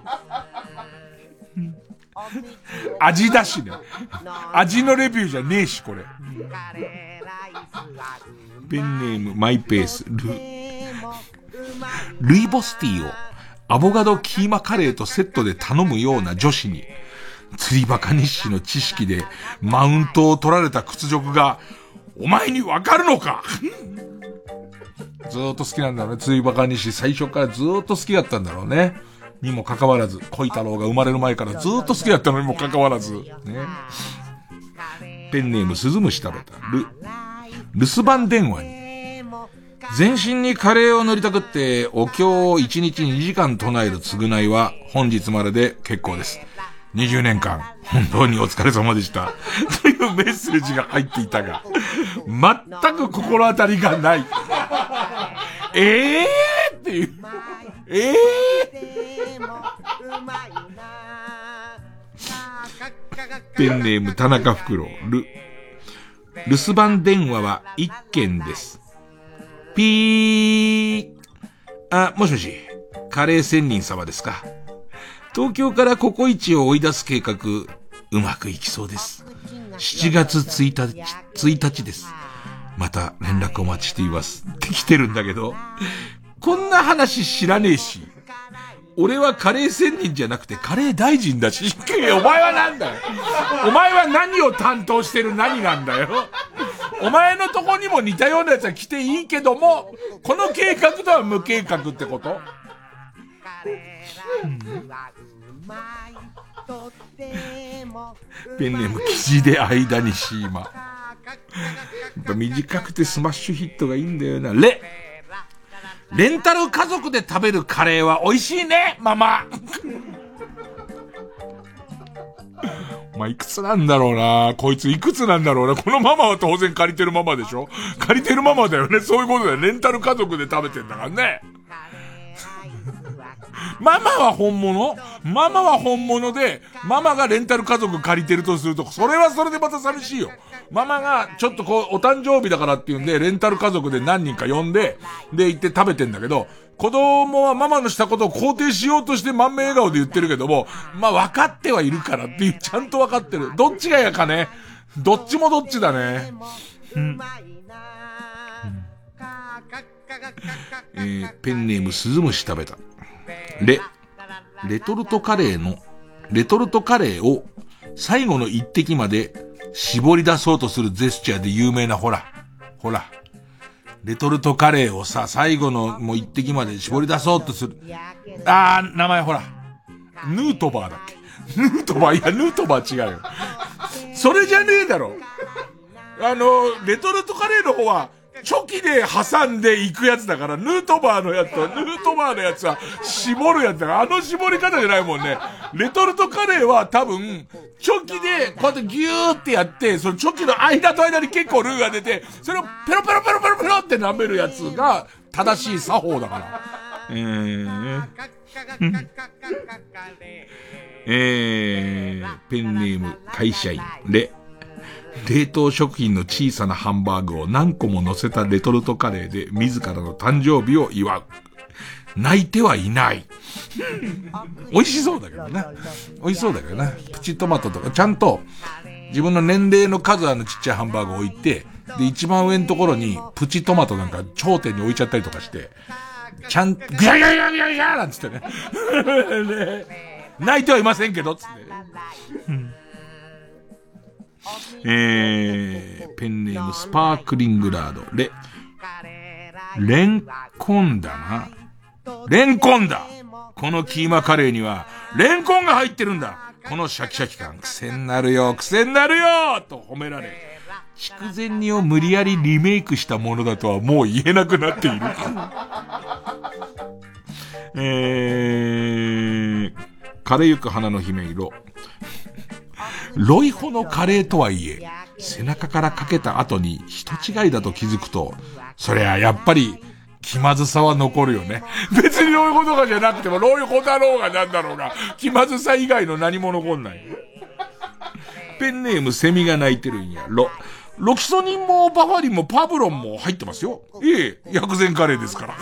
味だしね。味のレビューじゃねえし、これ。ペンネームマイペースルイボスティーをアボカドキーマカレーとセットで頼むような女子に釣りバカ日誌の知識でマウントを取られた屈辱がお前にわかるのか。ずーっと好きなんだろうね。釣りバカ日誌最初からずーっと好きだったんだろうね。にもかかわらず、小太郎が生まれる前からずーっと好きだったのにもかかわらずね。ペンネームスズムシ食べた留守番電話に全身にカレーを塗りたくってお経を1日2時間唱える償いは本日までで結構です。20年間本当にお疲れ様でしたというメッセージが入っていたが全く心当たりがない。っていうペンネーム田中フクロウ留守番電話は1件です。ピー。もしもし、カレー仙人様ですか。東京からココイチを追い出す計画、うまくいきそうです。7月1日です。また連絡お待ちしています。って来てるんだけど、こんな話知らねえし、俺はカレー仙人じゃなくてカレー大臣だし、お前はなんだよ。お前は何を担当してる何なんだよ。お前のとこにも似たようなやつは来ていいけども、この計画とは無計画ってこと？ペンネーム記事で間にシーマ。やっぱ短くてスマッシュヒットがいいんだよな。レンタル家族で食べるカレーは美味しいね、ママ。まあ、いくつなんだろうな。こいついくつなんだろうな。このママは当然借りてるママでしょ。借りてるママだよね。そういうことだよ。レンタル家族で食べてんだからね。ママは本物で、ママがレンタル家族借りてるとすると、それはそれでまた寂しいよ。ママがちょっとお誕生日だからっていうんで、レンタル家族で何人か呼んで、で行って食べてんだけど、子供はママのしたことを肯定しようとして満面笑顔で言ってるけども、まあ分かってはいるからっていう、ちゃんと分かってる。どっちがやかね。 どっちもどっちだね。ペンネームスズムシ食べた。レトルトカレーを最後の一滴まで絞り出そうとするジェスチャーで有名なほら。レトルトカレーをさ、最後のもう一滴まで絞り出そうとする。名前ほら。ヌートバーだっけ？ヌートバー違うよ。それじゃねえだろ。レトルトカレーの方は、チョキで挟んでいくやつだから、ヌートバーのやつは絞るやつだから、絞り方じゃないもんね。レトルトカレーは多分、チョキでこうやってギューってやって、そのチョキの間と間に結構ルーが出て、それをペロペロペロペロペロって舐めるやつが正しい作法だから。ペンネーム会社員冷凍食品の小さなハンバーグを何個も乗せたレトルトカレーで自らの誕生日を祝う。泣いてはいない。美味しそうだけどな。プチトマトとかちゃんと自分の年齢の数ちっちゃいハンバーグを置いて、で一番上のところにプチトマトなんか頂点に置いちゃったりとかして、ちゃんとグヤグヤグヤグヤグヤなんつってね。泣いてはいませんけどつって。ペンネームスパークリングラードレンコンだ。このキーマカレーにはレンコンが入ってるんだ。このシャキシャキ感癖になるよと褒められ、筑前煮を無理やりリメイクしたものだとはもう言えなくなっている。枯れゆく花の姫色。ロイホのカレーとはいえ、背中からかけた後に人違いだと気づくと、そりゃやっぱり気まずさは残るよね。別にロイホとかじゃなくても、ロイホだろうがなんだろうが、気まずさ以外の何も残んない。ペンネームセミが鳴いてるんや。ロキソニンもバファリンもパブロンも入ってますよ。薬膳カレーですから。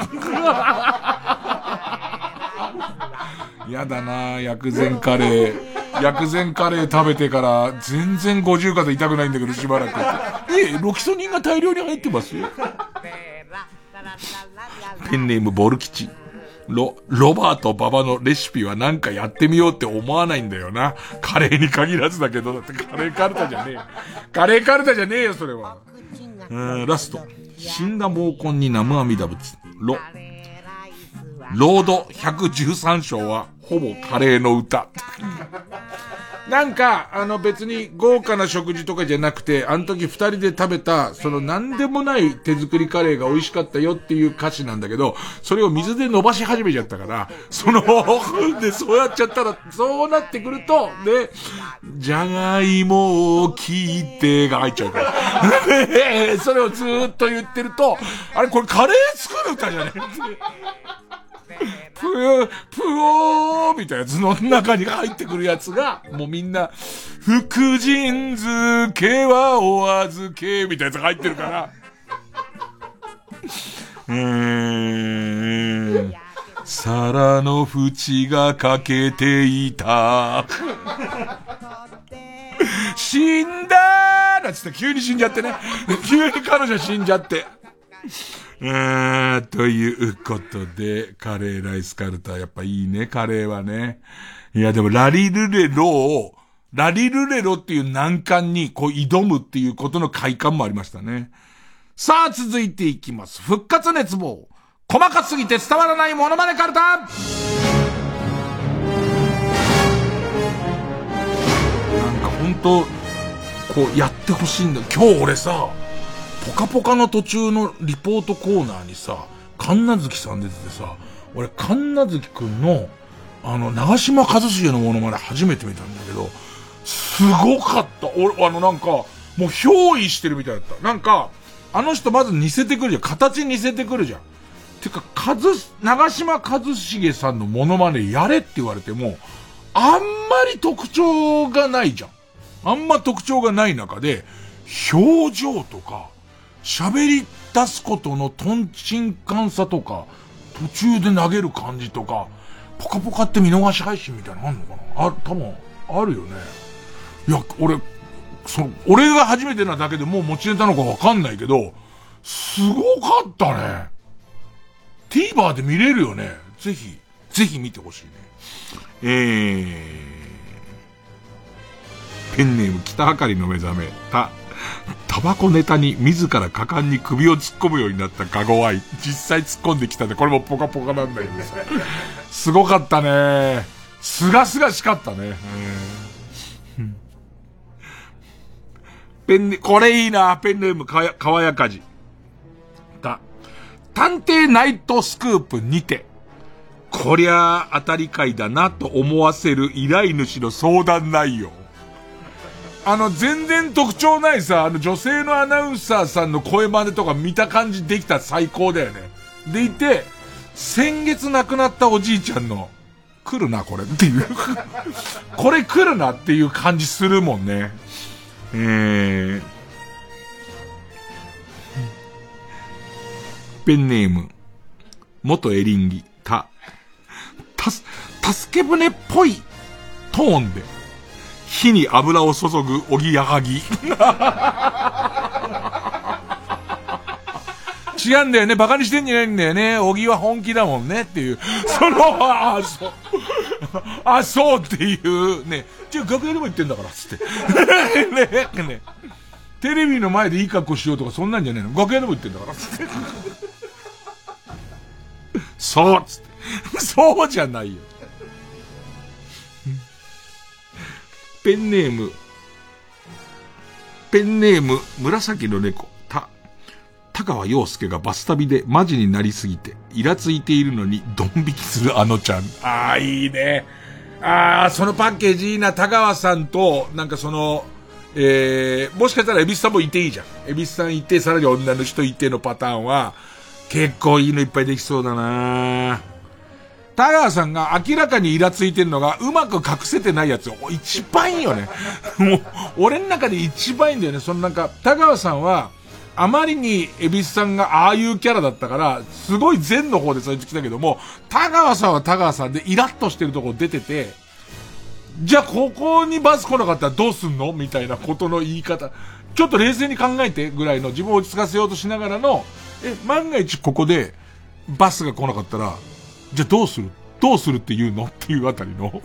やだなぁ、薬膳カレー食べてから全然50肩痛くないんだけどしばらく。ロキソニンが大量に入ってますよ。ペンネームボル吉。ロバート馬場のレシピはなんかやってみようって思わないんだよな。カレーに限らずだけど、だってカレーカルタじゃねえよそれは。ラスト。死んだ毛根に南無阿弥陀仏。ロード113章はほぼカレーの歌。なんか、別に豪華な食事とかじゃなくて、時二人で食べた、なんでもない手作りカレーが美味しかったよっていう歌詞なんだけど、それを水で伸ばし始めちゃったから、で、そうやっちゃったら、そうなってくると、で、じゃがいもを切ってが入っちゃうから。それをずーっと言ってると、あれこれカレー作る歌じゃねプオーみたいなやつの中に入ってくるやつが、もうみんな、福神漬けはお預けみたいなやつが入ってるから。皿の縁が欠けていた。死んだーなんつって急に死んじゃってね。急に彼女死んじゃって。ということで、カレーライスカルタ、やっぱいいね、カレーはね。いや、でもラリルレロっていう難関にこう挑むっていうことの快感もありましたね。さあ、続いていきます。復活熱望。細かすぎて伝わらないモノマネカルタ。なんか本当こうやってほしいんだ。今日俺さ、ポカポカの途中のリポートコーナーにさ、神奈月さん出ててさ、俺神奈月くんの長嶋一茂のモノマネ初めて見たんだけど、すごかった。俺なんかもう憑依してるみたいだった。なんかあの人まず似せてくるじゃん。形似せてくるじゃん。てか長嶋一茂さんのモノマネやれって言われてもあんまり特徴がないじゃん。あんま特徴がない中で表情とか喋り出すことのトンチンカンさとか、途中で投げる感じとか、ポカポカって見逃し配信みたいなのあんのかな？多分、あるよね。いや、俺、 俺が初めてなだけでもう持ちネタなのかわかんないけど、すごかったね。TVer で見れるよね。ぜひ見てほしいね。ペンネーム北はかりの目覚め。タバコネタに自ら果敢に首を突っ込むようになったカゴワイ。実際突っ込んできたね。これもポカポカなんだけどさ。すごかったね。すがすがしかったね。これいいな。ペンネームかわやかじ。探偵ナイトスクープにて、こりゃ当たり会だなと思わせる依頼主の相談内容。全然特徴ないさ、女性のアナウンサーさんの声真似とか見た感じできたら最高だよね。でいて、先月亡くなったおじいちゃんの、来るなこれっていう。これ来るなっていう感じするもんね。ペンネーム、元エリンギ、助け舟っぽいトーンで、火に油を注ぐおぎやはぎ。違うんだよね。バカにしてんじゃないんだよね。おぎは本気だもんねっていう。そうっていうね。楽屋でも言ってんだからつって。ね。テレビの前でいい格好しようとかそんなんじゃねえの。楽屋でも言ってんだからつって。そうつって。そうじゃないよ。ペンネーム、紫の猫、高川陽介がバス旅でマジになりすぎて、イラついているのにドン引きするあのちゃん。いいね。そのパッケージいいな。高川さんと、なんかもしかしたらエビスさんもいていいじゃん。エビスさんいて、さらに女の人いてのパターンは、結構いいのいっぱいできそうだな。田川さんが明らかにイラついてるのがうまく隠せてないやつ一番いいよね。もう俺の中で一番いいんだよね。田川さんはあまりに恵比寿さんがああいうキャラだったからすごい善の方でそう言ってきたけども、田川さんは田川さんでイラッとしてるとこ出てて、じゃあここにバス来なかったらどうすんのみたいなことの言い方、ちょっと冷静に考えてぐらいの、自分を落ち着かせようとしながらの、万が一ここでバスが来なかったらじゃあどうするって言うのっていうあたりの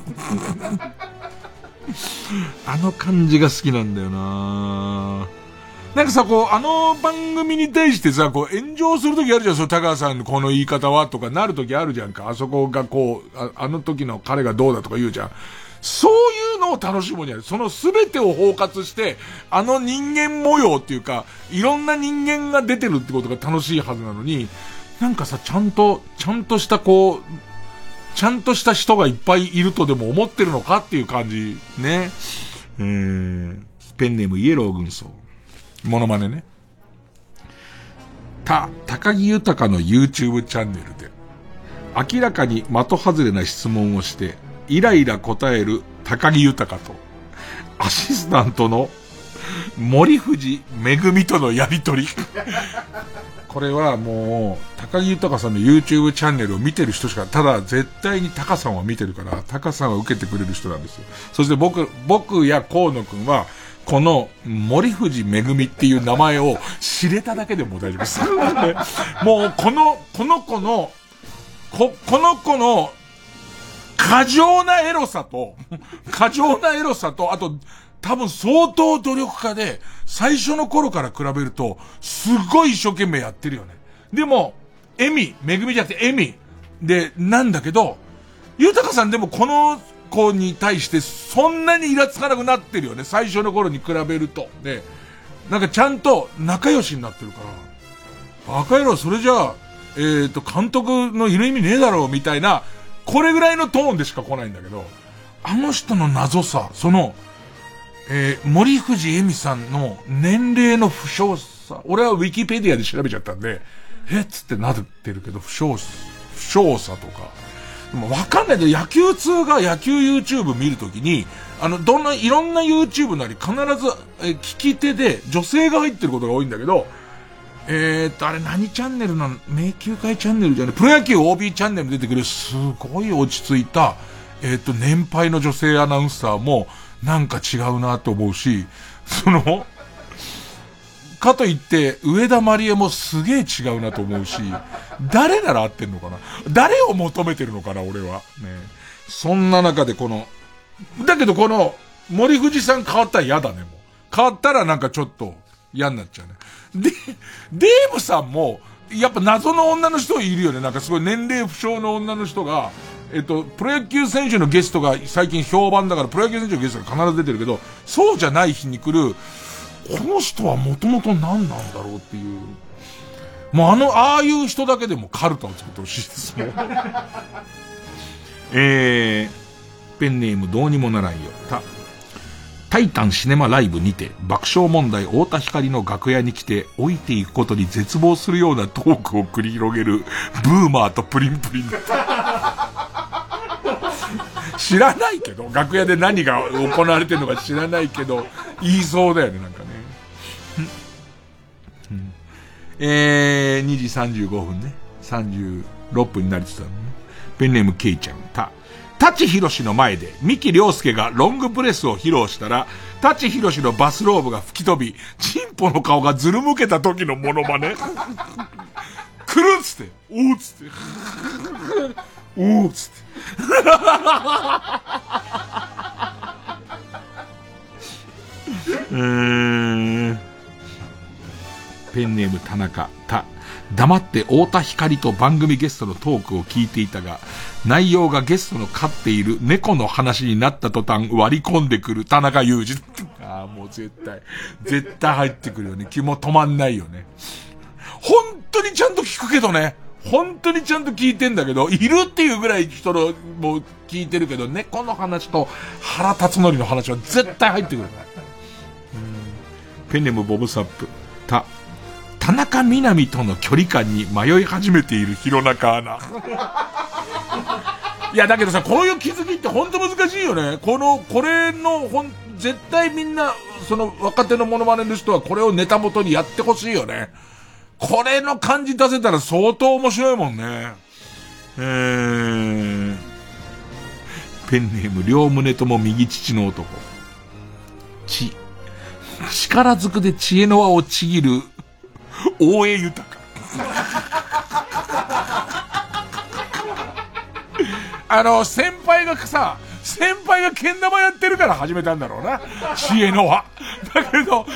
あの感じが好きなんだよな。なんかさ、あの番組に対してさ、炎上するときあるじゃん。高川さんのこの言い方はとかなるときあるじゃんか。あそこがあの時の彼がどうだとか言うじゃん。そういうのを楽しむんじゃない。その全てを包括して、あの人間模様っていうか、いろんな人間が出てるってことが楽しいはずなのに、なんかさ、ちゃんとしたちゃんとした人がいっぱいいるとでも思ってるのかっていう感じね。ペンネームイエロー軍曹。モノマネね。高木豊の YouTube チャンネルで、明らかに的外れな質問をして、イライラ答える高木豊と、アシスタントの森藤めぐみとのやりとり。これはもう、高木豊さんの YouTube チャンネルを見てる人しか、ただ絶対に高さんは見てるから、高さんは受けてくれる人なんですよ。そして僕や河野くんは、この森藤めぐみっていう名前を知れただけでも大丈夫です。もうこの子の過剰なエロさと、あと、多分相当努力家で、最初の頃から比べると、すごい一生懸命やってるよね。でも、めぐみじゃなくてで、なんだけど、豊さんでもこの子に対してそんなにイラつかなくなってるよね。最初の頃に比べると。で、なんかちゃんと仲良しになってるから、バカ野郎、それじゃあ、監督のいる意味ねえだろう、みたいな、これぐらいのトーンでしか来ないんだけど、あの人の謎さ、森藤恵美さんの年齢の不詳さ、俺はウィキペディアで調べちゃったんで、つってなってるけど、不詳さとか、でもわかんないけど、野球通が野球 YouTube 見るときに、いろんな YouTube なり必ず、聞き手で女性が入ってることが多いんだけど、あれ何チャンネルなの？迷宮会チャンネルじゃない、プロ野球 OB チャンネル出てくるすごい落ち着いた、年配の女性アナウンサーもなんか違うなと思うし、 かといって、上田まりえもすげえ違うなと思うし、誰なら合ってんのかな、誰を求めてるのかな、俺は。ね。そんな中でだけどこの、森藤さん変わったら嫌だね、もう。変わったらなんかちょっと嫌になっちゃうね。で、デーブさんも、やっぱ謎の女の人いるよね。なんかすごい年齢不詳の女の人が、プロ野球選手のゲストが最近評判だから、プロ野球選手のゲストが必ず出てるけど、そうじゃない日に来る、この人はもともと何なんだろうっていう。もうああいう人だけでもカルタを作ってほしいですもん。ペンネームどうにもならんよ。タイタンシネマライブにて爆笑問題太田光の楽屋に来て老いていくことに絶望するようなトークを繰り広げるブーマーとプリンプリンだった。知らないけど、楽屋で何が行われてるのか知らないけど、言いそうだよね、なんかね。2時35分ね。36分になりつつあるね。ペンネームケイちゃん。舘ひろしの前で、三木亮介がロングプレスを披露したら、舘ひろしのバスローブが吹き飛び、チンポの顔がずるむけた時のモノマネ。くるっつって、おーっつって、おーっつって。ペンネーム田中。黙って太田光と番組ゲストのトークを聞いていたが、内容がゲストの飼っている猫の話になった途端割り込んでくる田中裕二。ああ、もう絶対入ってくるよね。気も止まんないよね。本当にちゃんと聞くけどね。本当にちゃんと聞いてんだけど、いるっていうぐらい人のもう聞いてるけど、猫の話と原辰徳の話は絶対入ってくる。ペンネームボブサップ。田中みな実との距離感に迷い始めている弘中アナ。いやだけどさ、こういう気づきって本当難しいよね。これの絶対みんなその若手のモノマネの人はこれをネタ元にやってほしいよね。これの感じ出せたら相当面白いもんね。ペンネーム両胸とも右乳の男。力ずくで知恵の輪をちぎる大江豊。先輩がけん玉やってるから始めたんだろうな。知恵の輪。だけど、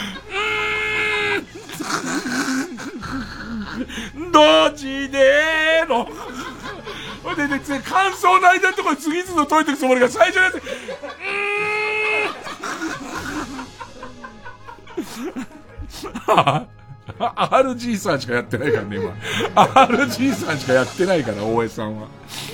どっちでの。で、感想の間のところに次々と解いてるつもりが最初のやつ、RG さんしかやってないからね、今。RG さんしかやってないから、大江さんは。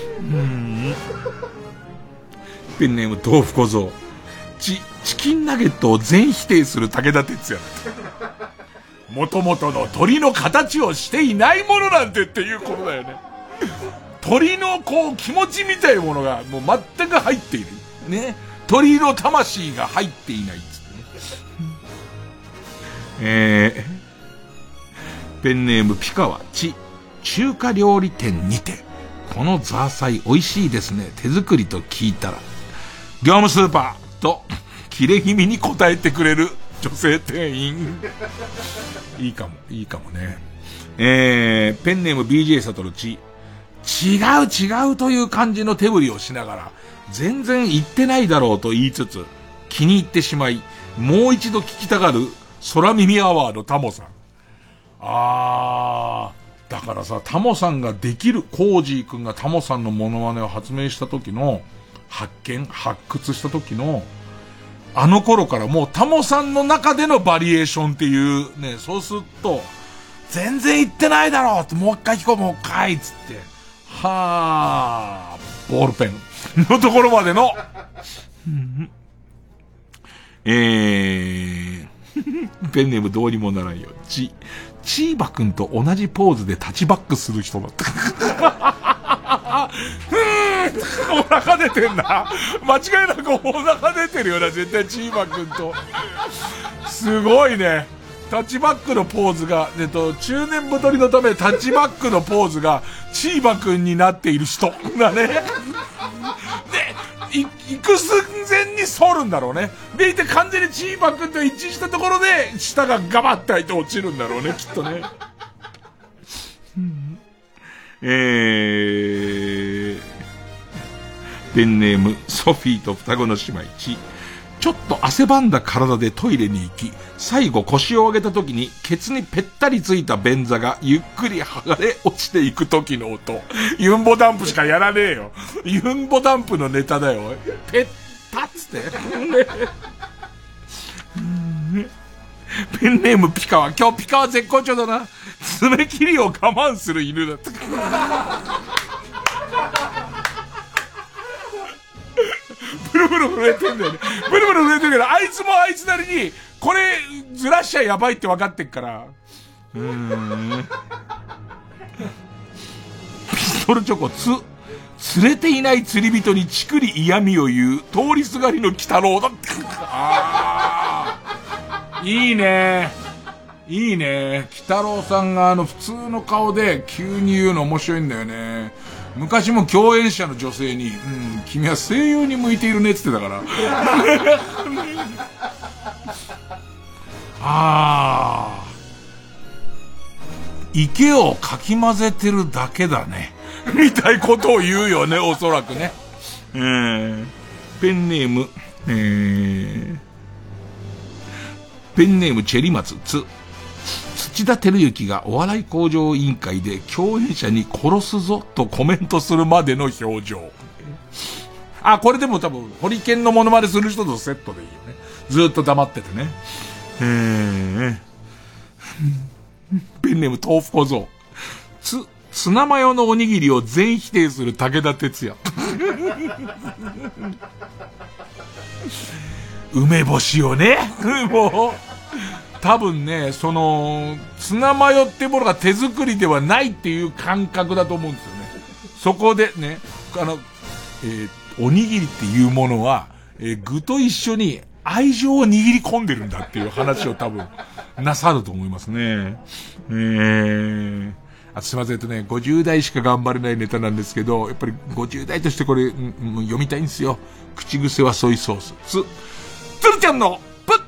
ペンネーム豆腐小僧。チキンナゲットを全否定する武田鉄矢。元々の鳥の形をしていないものなんてっていうことだよね。鳥の気持ちみたいなものがもう全く入っている。ね。鳥の魂が入っていないっつってね。ペンネームピカワ。中華料理店にて、このザーサイ美味しいですね。手作りと聞いたら、業務スーパーと、切れ気味に答えてくれる女性店員。いいかもね。ペンネーム BJ サトル。違うという感じの手振りをしながら、全然言ってないだろうと言いつつ、気に入ってしまい、もう一度聞きたがる空耳アワーのタモさん。だからさ、タモさんができる、コージー君がタモさんのモノマネを発明した時の、発掘した時の、あの頃からもうタモさんの中でのバリエーションっていうね、そうすると、全然言ってないだろうって、もう一回聞こう、もう一回っつって、ボールペンのところまでの、ペンネームどうにもならんよ。チーバくんと同じポーズでタッチバックする人だった。お腹出てんな。間違いなくお腹出てるよな、絶対チーバくんと。すごいね。タッチバックのポーズが、中年太りのためタッチバックのポーズがチーバくんになっている人だね。で、 行く寸前に反るんだろうね。でいて完全にチーバくんと一致したところで、下がガバッと開いて落ちるんだろうね、きっとね。ペンネーム、ソフィーと双子の姉妹1。ちょっと汗ばんだ体でトイレに行き、最後腰を上げた時にケツにぺったりついた便座がゆっくり剥がれ落ちていく時の音。ユンボダンプしかやらねえよ。ユンボダンプのネタだよ。ぺったっつって。ペンネームピカは、今日ピカは絶好調だな。爪切りを我慢する犬だった。ブルブル震えてんだよね。ブルブル震えてるけど、あいつもあいつなりに、これずらしちゃやばいって分かってっから。ピストルチョコ釣れていない釣り人にチクリ嫌味を言う、通りすがりの鬼太郎だって。いいね。いいね。鬼太郎さんが普通の顔で急に言うの面白いんだよね。昔も共演者の女性に、君は声優に向いているねって言ってたから。池をかき混ぜてるだけだね。みたいことを言うよね、おそらくね。ペンネーム、チェリマツツ。土田照之がお笑い向上委員会で共演者に殺すぞとコメントするまでの表情。これでも多分、ホリケンのモノマネする人とセットでいいよね。ずーっと黙っててね。ペンネーム豆腐小僧。ツナマヨのおにぎりを全否定する武田鉄矢。梅干しをね、もう、多分ね、ツナマヨってものが手作りではないっていう感覚だと思うんですよね。そこでね、おにぎりっていうものは、具と一緒に愛情を握り込んでるんだっていう話を多分、なさると思いますね。すいません50代しか頑張れないネタなんですけど、やっぱり50代としてこれ、読みたいんですよ。口癖はソイソース。つるちゃんの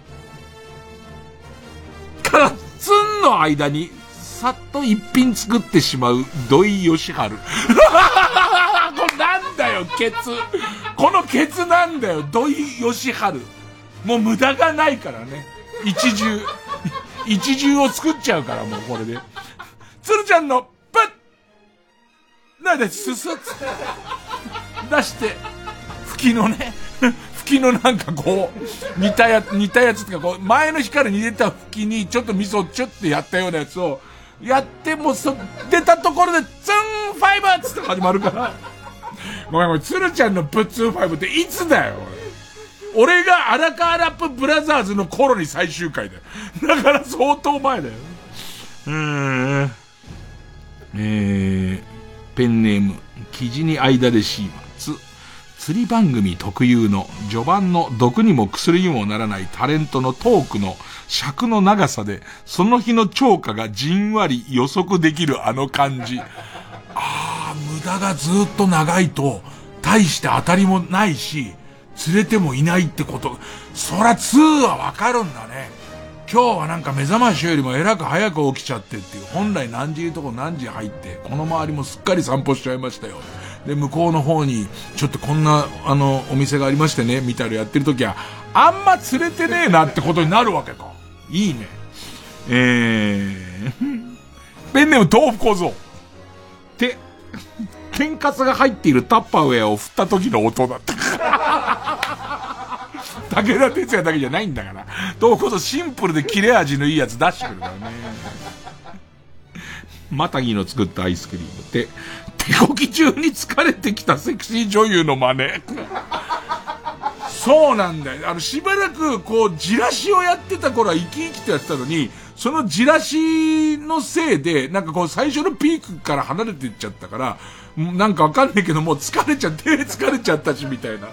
からツンの間にさっと一品作ってしまう土井善晴。これなんだよケツ。このケツなんだよ土井善晴。もう無駄がないからね。一重を作っちゃうからもうこれで。つるちゃんのプッなんですすっ出して吹きのなんかこう似たやつってかこう前の日から煮出た吹きにちょっと味噌ちょっとやったようなやつをやっても出たところでツンファイバーって始まるから。ごめんつるちゃんのプッツンファイブっていつだよ。俺が荒川ラップブラザーズの頃に最終回だよ。だから相当前だよ。ペンネーム生地に間でシーマン。釣り番組特有の序盤の毒にも薬にもならないタレントのトークの尺の長さでその日の超過がじんわり予測できるあの感じ。無駄がずっと長いと大して当たりもないし釣れてもいないってこと。そら2はわかるんだね。今日はなんか目覚ましよりもえらく早く起きちゃってっていう、本来何時いるとこ何時入ってこの周りもすっかり散歩しちゃいましたよ。で向こうの方にちょっとこんなお店がありましてねみたいなやってるときはあんま釣れてねえなってことになるわけか。いいね。ペンネーム豆腐小僧。天かすが入っているタッパーウェアを振った時の音だった。武田鉄矢だけじゃないんだから。豆腐小僧シンプルで切れ味のいいやつ出してくるからね。マタギの作ったアイスクリームって手こき中に疲れてきたセクシー女優の真似。そうなんだよ。しばらくこうじらしをやってた頃は生き生きとやってたのに、そのじらしのせいでなんかこう最初のピークから離れていっちゃったから、なんかわかんないけどもう手疲れちゃったしみたいな。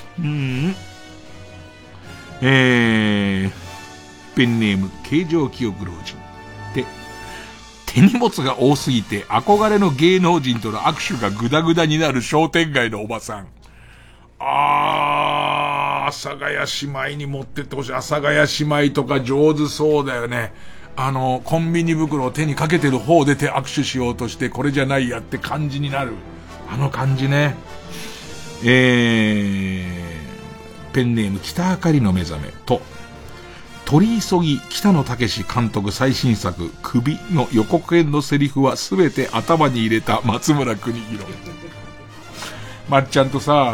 ペンネーム形状記憶老人で、手荷物が多すぎて憧れの芸能人との握手がグダグダになる商店街のおばさん。 阿佐ヶ谷姉妹に持ってってほしい。阿佐ヶ谷姉妹とか上手そうだよね。コンビニ袋を手にかけてる方で握手しようとして、これじゃないやって感じになる。感じね。ペンネーム北あかりの目覚めと、取り急ぎ北野武監督最新作首の予告編のセリフはすべて頭に入れた松村邦洋。まっちゃんとさ、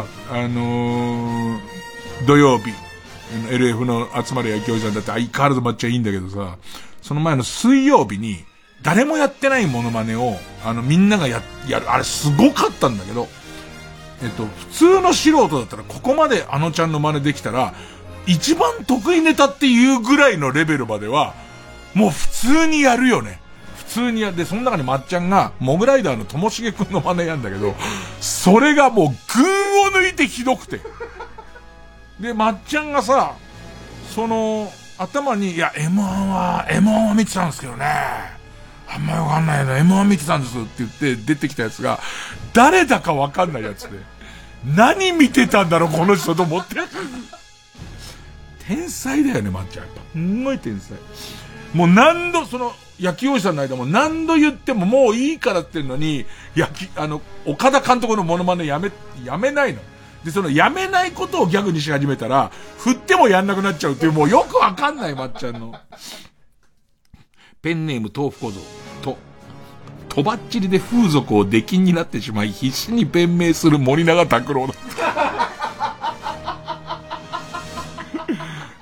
土曜日 LF の集まりや教授さんだって相変わらずまっちゃんいいんだけどさ、その前の水曜日に誰もやってないモノマネをみんながやる、あれすごかったんだけど、普通の素人だったらここまでちゃんの真似できたら一番得意ネタっていうぐらいのレベルまではもう普通にやるよね。普通にやって、その中にまっちゃんがモグライダーのともしげくんの真似やんだけど、それがもう群を抜いてひどくて、でまっちゃんがさ、頭に、いや M1 は見てたんですけどね、あんまりわかんないな、M1 見てたんですって言って出てきたやつが誰だかわかんないやつで、何見てたんだろうこの人と思って天才だよね、まっちゃん。やっぱすんごい天才。もう何度野球おじさんの間も何度言ってももういいからって言うのに、岡田監督のモノマネやめないの。で、やめないことをギャグにし始めたら、振ってもやんなくなっちゃうっていう、もうよくわかんないまっちゃんの。ペンネーム豆腐小僧と、とばっちりで風俗を出禁になってしまい、必死に弁明する森永卓郎だった。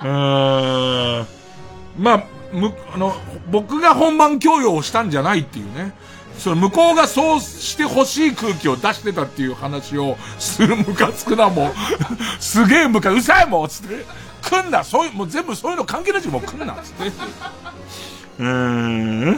まあ、僕が本番強要をしたんじゃないっていうね。向こうがそうしてほしい空気を出してたっていう話をするムカつくな、もう。すげえムカ、うさいもんつって。来んな、もう全部そういうの関係ないし、もう来んな、つって。ペン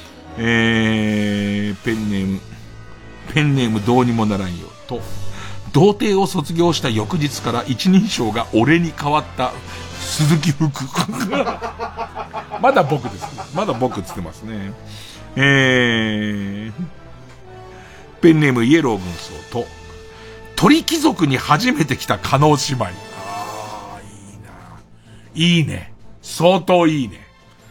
ネームどうにもならんよ。と、童貞を卒業した翌日から一人称が俺に変わった鈴木福。まだ僕です。まだ僕つってますね。ペンネームイエロー軍曹と、鳥貴族に初めて来た加納姉妹。いいね。相当いいね。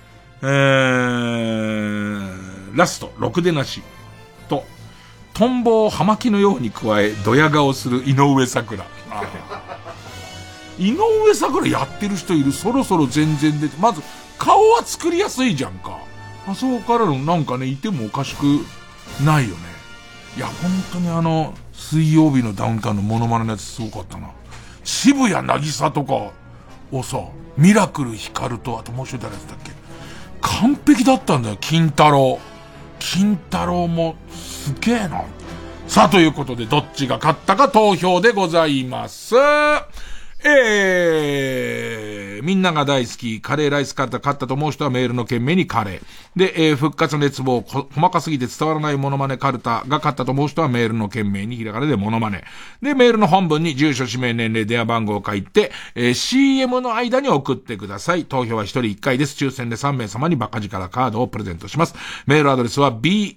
ラスト、ろくでなし。と、トンボを葉巻のように加え、ドヤ顔する井上桜。井上桜やってる人いる。そろそろ全然出て、まず、顔は作りやすいじゃんか。あそこからのなんかね、いてもおかしくないよね。いや、本当に水曜日のダウンタウンのモノマネのやつすごかったな。渋谷渚とかをさ、ミラクル光と、あともう一人誰だったっけ、完璧だったんだよ、金太郎もすげえな。さあ、ということでどっちが勝ったか投票でございます。みんなが大好きカレーライスカルタ勝ったと思う人はメールの件名にカレーで、復活の熱望細かすぎて伝わらないモノマネカルタが勝ったと思う人はメールの件名にひらがなでモノマネで、メールの本文に住所氏名年齢電話番号を書いて、CM の間に送ってください。投票は1人1回です。抽選で3名様にバカ力カードをプレゼントします。メールアドレスは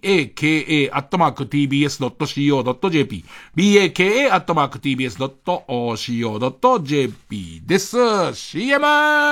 baka@tbs.co.jp baka@tbs.co.jp です。CM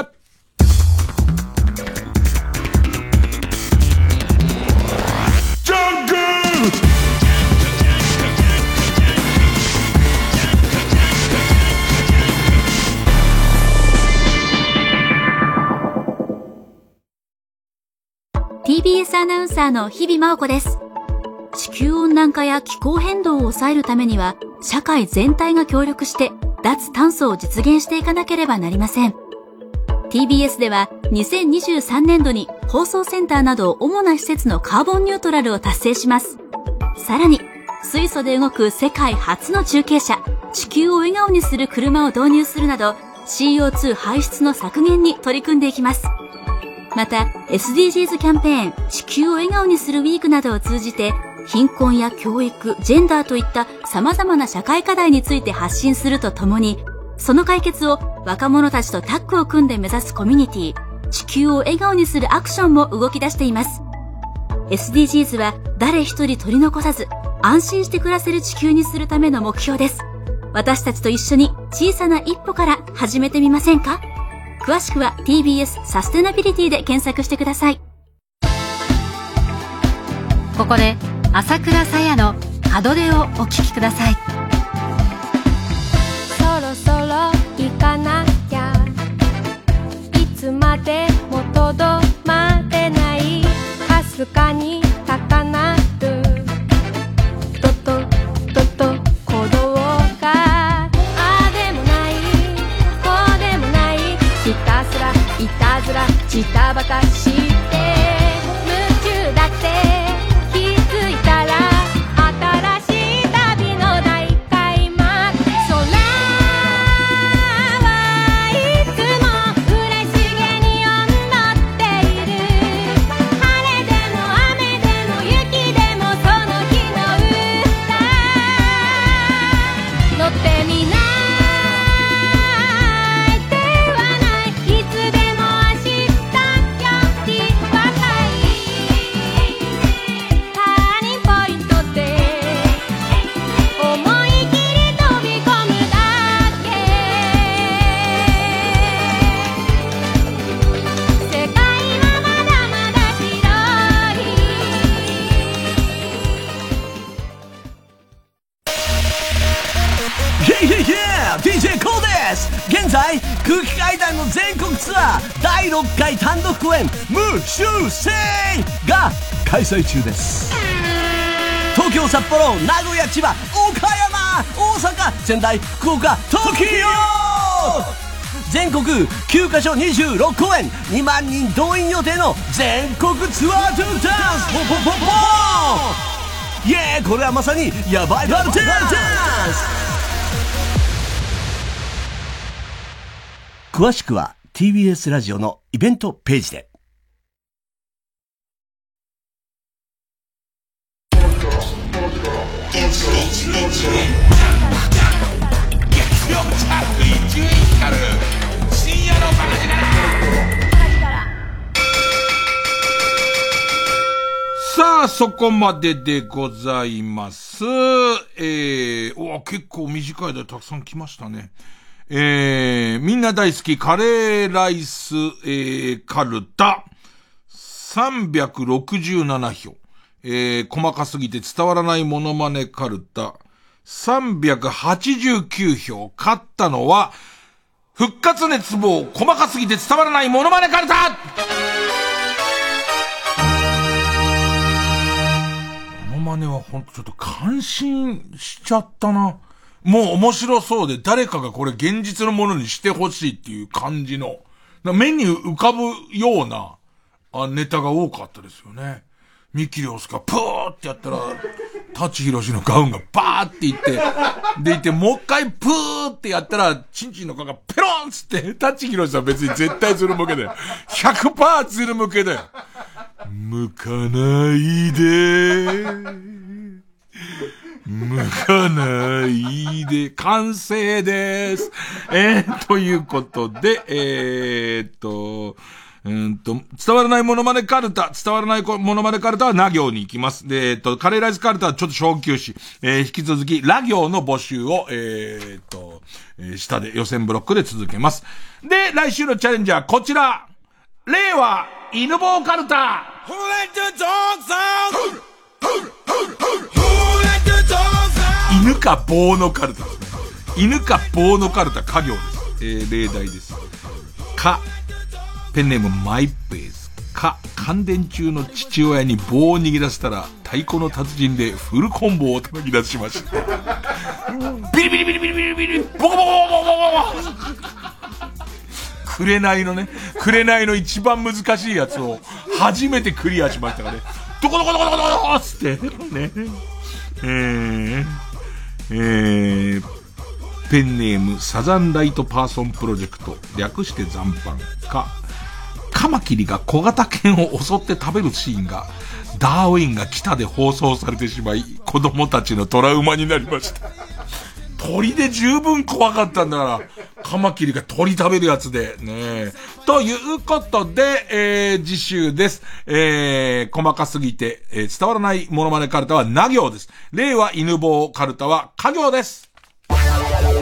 TBS アナウンサーの日々真央子です。地球温暖化や気候変動を抑えるためには、社会全体が協力して脱炭素を実現していかなければなりません。TBS では2023年度に放送センターなど主な施設のカーボンニュートラルを達成します。さらに、水素で動く世界初の中継車、地球を笑顔にする車を導入するなど、CO2 排出の削減に取り組んでいきます。また、SDGs キャンペーン、地球を笑顔にするウィークなどを通じて、貧困や教育、ジェンダーといった様々な社会課題について発信するとともに、その解決を若者たちとタッグを組んで目指すコミュニティ、地球を笑顔にするアクションも動き出しています。SDGs は誰一人取り残さず、安心して暮らせる地球にするための目標です。 私たちと一緒に小さな一歩から始めてみませんか？詳しくは TBS サステナビリティで検索してください。 ここで朝倉さやの門出をお聞きください。 そろそろ行かなきゃ、いつまでもとどまれない、かすかに高鳴るとととと鼓動が、ああでもないこうでもない、ひたすらいたずらジタバタして夢中だって、気づいたら新しい旅の大開幕、空はいつも嬉しげに踊っている、晴れでも雨でも雪でもその日の歌、乗ってみない手はない、いつでも明日より若い、ターニングポイントで思い切り飛び込むだけ、世界はまだまだ広い。 DJ コーです。現在空気階段の全国ツアー第6回単独公演無修正が開催中です。東京、札幌、名古屋、千葉、岡山、大阪、仙台、福岡、東京、全国9カ所26公演、2万人動員予定の全国ツアートゥーダンス、ポポポポー、イエーイ、これはまさにヤバいバルダンス。詳しくは TBS ラジオのイベントページで。 さあ、そこまででございます。結構短いでたくさん来ましたね。みんな大好きカレーライス、カルタ367票、細かすぎて伝わらないモノマネカルタ389票。勝ったのは復活熱望細かすぎて伝わらないモノマネカルタ。モノマネはほんとちょっと感心しちゃったな。もう面白そうで、誰かがこれ現実のものにしてほしいっていう感じの、目に浮かぶようなネタが多かったですよね。三木亮介がプーってやったら、舘ひろしのガウンがバーっていって、でいて、もう一回プーってやったら、チンチンの顔がペロンつって、舘ひろしさん別に絶対ズル向けだよ。100% ズル向けだよ。向かないで。向かないで、完成です。ということで、伝わらないモノマネカルタ、伝わらないモノマネカルタはな行に行きます。で、カレーライスカルタはちょっと小休止。引き続き、ラ行の募集を、下で予選ブロックで続けます。で、来週のチャレンジャーこちら。令和犬棒カルタ。犬か棒のカルタですね。犬か棒のカルタ、家行です。例題です。か、ペンネームマイペース。か、感電中の父親に棒を握らせたら、太鼓の達人でフルコンボを叩き出しました。ビリビリビリビリビリビリ、ボコボコボコボコ。紅の一番難しいやつを初めてクリアしましたからね。どこどこどこどこどこつってね。ペンネームサザンライトパーソンプロジェクト、略して残飯か。カマキリが小型犬を襲って食べるシーンがダーウィンが北で放送されてしまい、子供たちのトラウマになりました。鳥で十分怖かったんだから、カマキリが鳥食べるやつでね。ということで、次週です。細かすぎて、伝わらないモノマネカルタはな行です。令和犬棒カルタは家行です。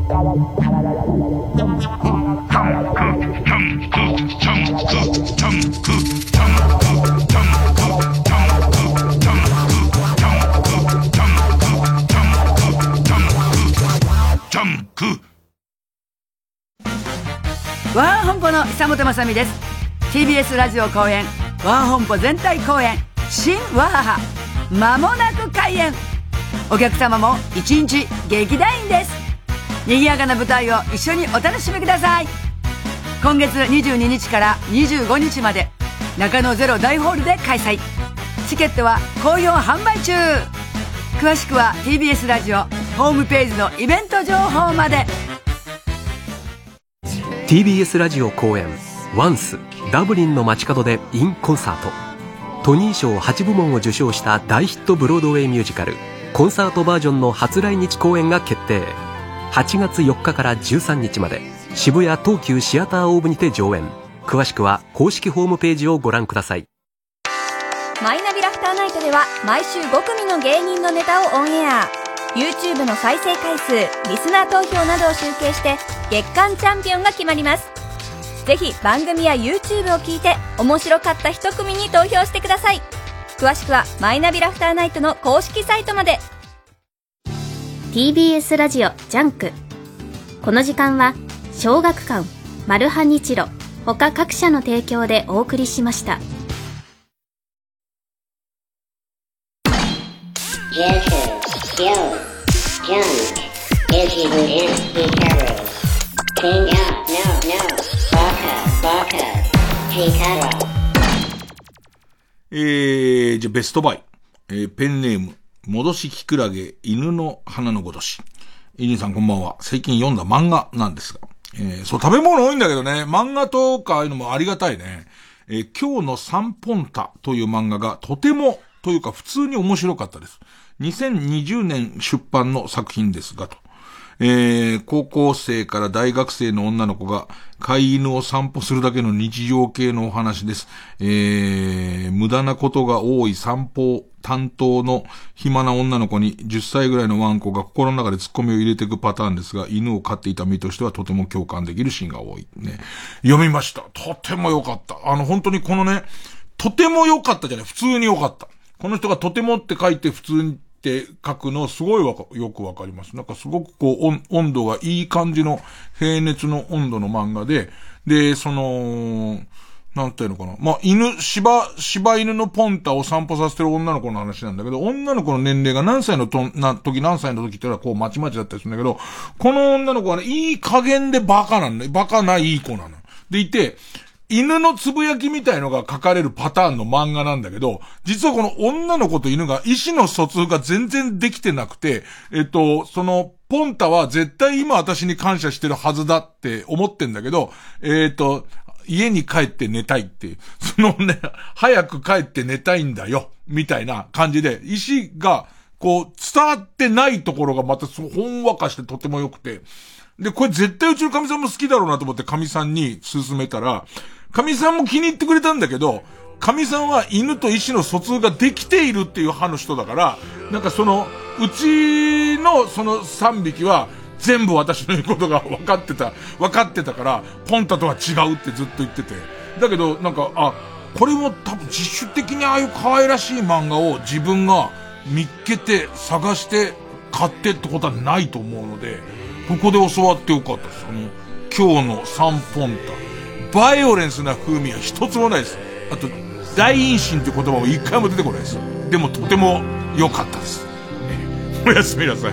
ワン本舗の久本雅美です。 TBS ラジオ公演ワン本舗全体公演新ワハハ間もなく開演。お客様も一日劇団員です。賑やかな舞台を一緒にお楽しみください。今月22日から25日まで中野ゼロ大ホールで開催。チケットは好評販売中。詳しくは TBS ラジオホームページのイベント情報まで。 TBS ラジオ公演ワンスダブリンの街角でインコンサート。トニー賞8部門を受賞した大ヒットブロードウェイミュージカルコンサートバージョンの初来日公演が決定。8月4日から13日まで渋谷東急シアターオーブにて上演。詳しくは公式ホームページをご覧ください。 マイナビラフターナイトでは毎週5組の芸人のネタをオンエア。 YouTube の再生回数、リスナー投票などを集計して月間チャンピオンが決まります。ぜひ番組や YouTube を聞いて面白かった一組に投票してください。詳しくはマイナビラフターナイトの公式サイトまで。 TBS ラジオジャンク。この時間は小学館、マルハニチロ他各社の提供でお送りしました。 じゃあベストバイ。ペンネーム、戻しキクラゲ、犬の花のごとし。イニさんこんばんは。最近読んだ漫画なんですが。そう食べ物多いんだけどね、漫画とかああいうのもありがたいね。今日のサンポンタという漫画がとてもというか普通に面白かったです。2020年出版の作品ですがと。高校生から大学生の女の子が飼い犬を散歩するだけの日常系のお話です。無駄なことが多い散歩担当の暇な女の子に10歳ぐらいのワンコが心の中でツッコミを入れていくパターンですが、犬を飼っていた身としてはとても共感できるシーンが多い。ね。読みました。とても良かった。本当にこのね、とても良かったじゃない、普通に良かった。この人がとてもって書いて普通にって書くのすごいよくわかります。なんかすごくこう温度がいい感じの平熱の温度の漫画で、で、なんていうのかな。まあ、柴犬のポンタを散歩させてる女の子の話なんだけど、女の子の年齢が何歳の時ってのはこうまちまちだったりするんだけど、この女の子はね、いい加減でバカなんだよ。バカないい子なの。でいて、犬のつぶやきみたいのが書かれるパターンの漫画なんだけど、実はこの女の子と犬が意思の疎通が全然できてなくて、そのポンタは絶対今私に感謝してるはずだって思ってんだけど、家に帰って寝たいっていう、そのね、早く帰って寝たいんだよ、みたいな感じで、意思がこう伝わってないところがまたほんわかしてとても良くて、で、これ絶対うちの神さんも好きだろうなと思って神さんに勧めたら、神さんも気に入ってくれたんだけど、神さんは犬と意思の疎通ができているっていう派の人だから、なんかうちのその3匹は全部私の言うことが分かってたから、ポンタとは違うってずっと言ってて。だけど、なんか、これも多分自主的にああいう可愛らしい漫画を自分が見っけて探して買ってってことはないと思うので、ここで教わってよかったです。今日のサンポンタ。バイオレンスな風味は一つもないです。あと、大陰唇って言葉も一回も出てこないです。でもとても良かったです。おやすみなさい。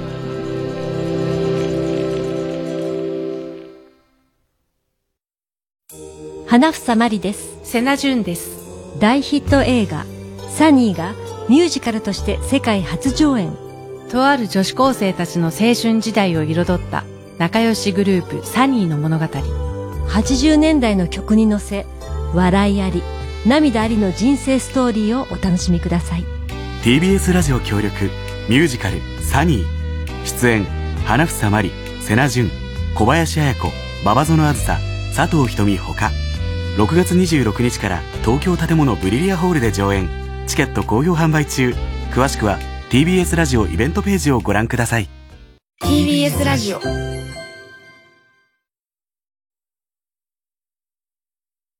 花房まりです。セナジュンです。大ヒット映画サニーがミュージカルとして世界初上演。 とある女子高生たちの青春時代を彩った仲良しグループサニーの物語。 80年代の曲に乗せ、笑いあり涙ありの人生ストーリーをお楽しみください。 TBS ラジオ協力ミュージカルサニー。出演花房まり、セナジュン、小林綾子、馬場園あずさ、佐藤瞳ほか。6月26日から東京建物ブリリアホールで上演。チケット好評販売中。詳しくは TBS ラジオイベントページをご覧ください。 TBS ラジオ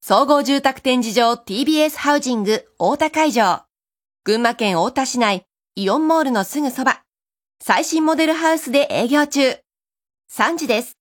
総合住宅展示場 TBS ハウジング大田会場。群馬県太田市内、イオンモールのすぐそば。最新モデルハウスで営業中。3時です。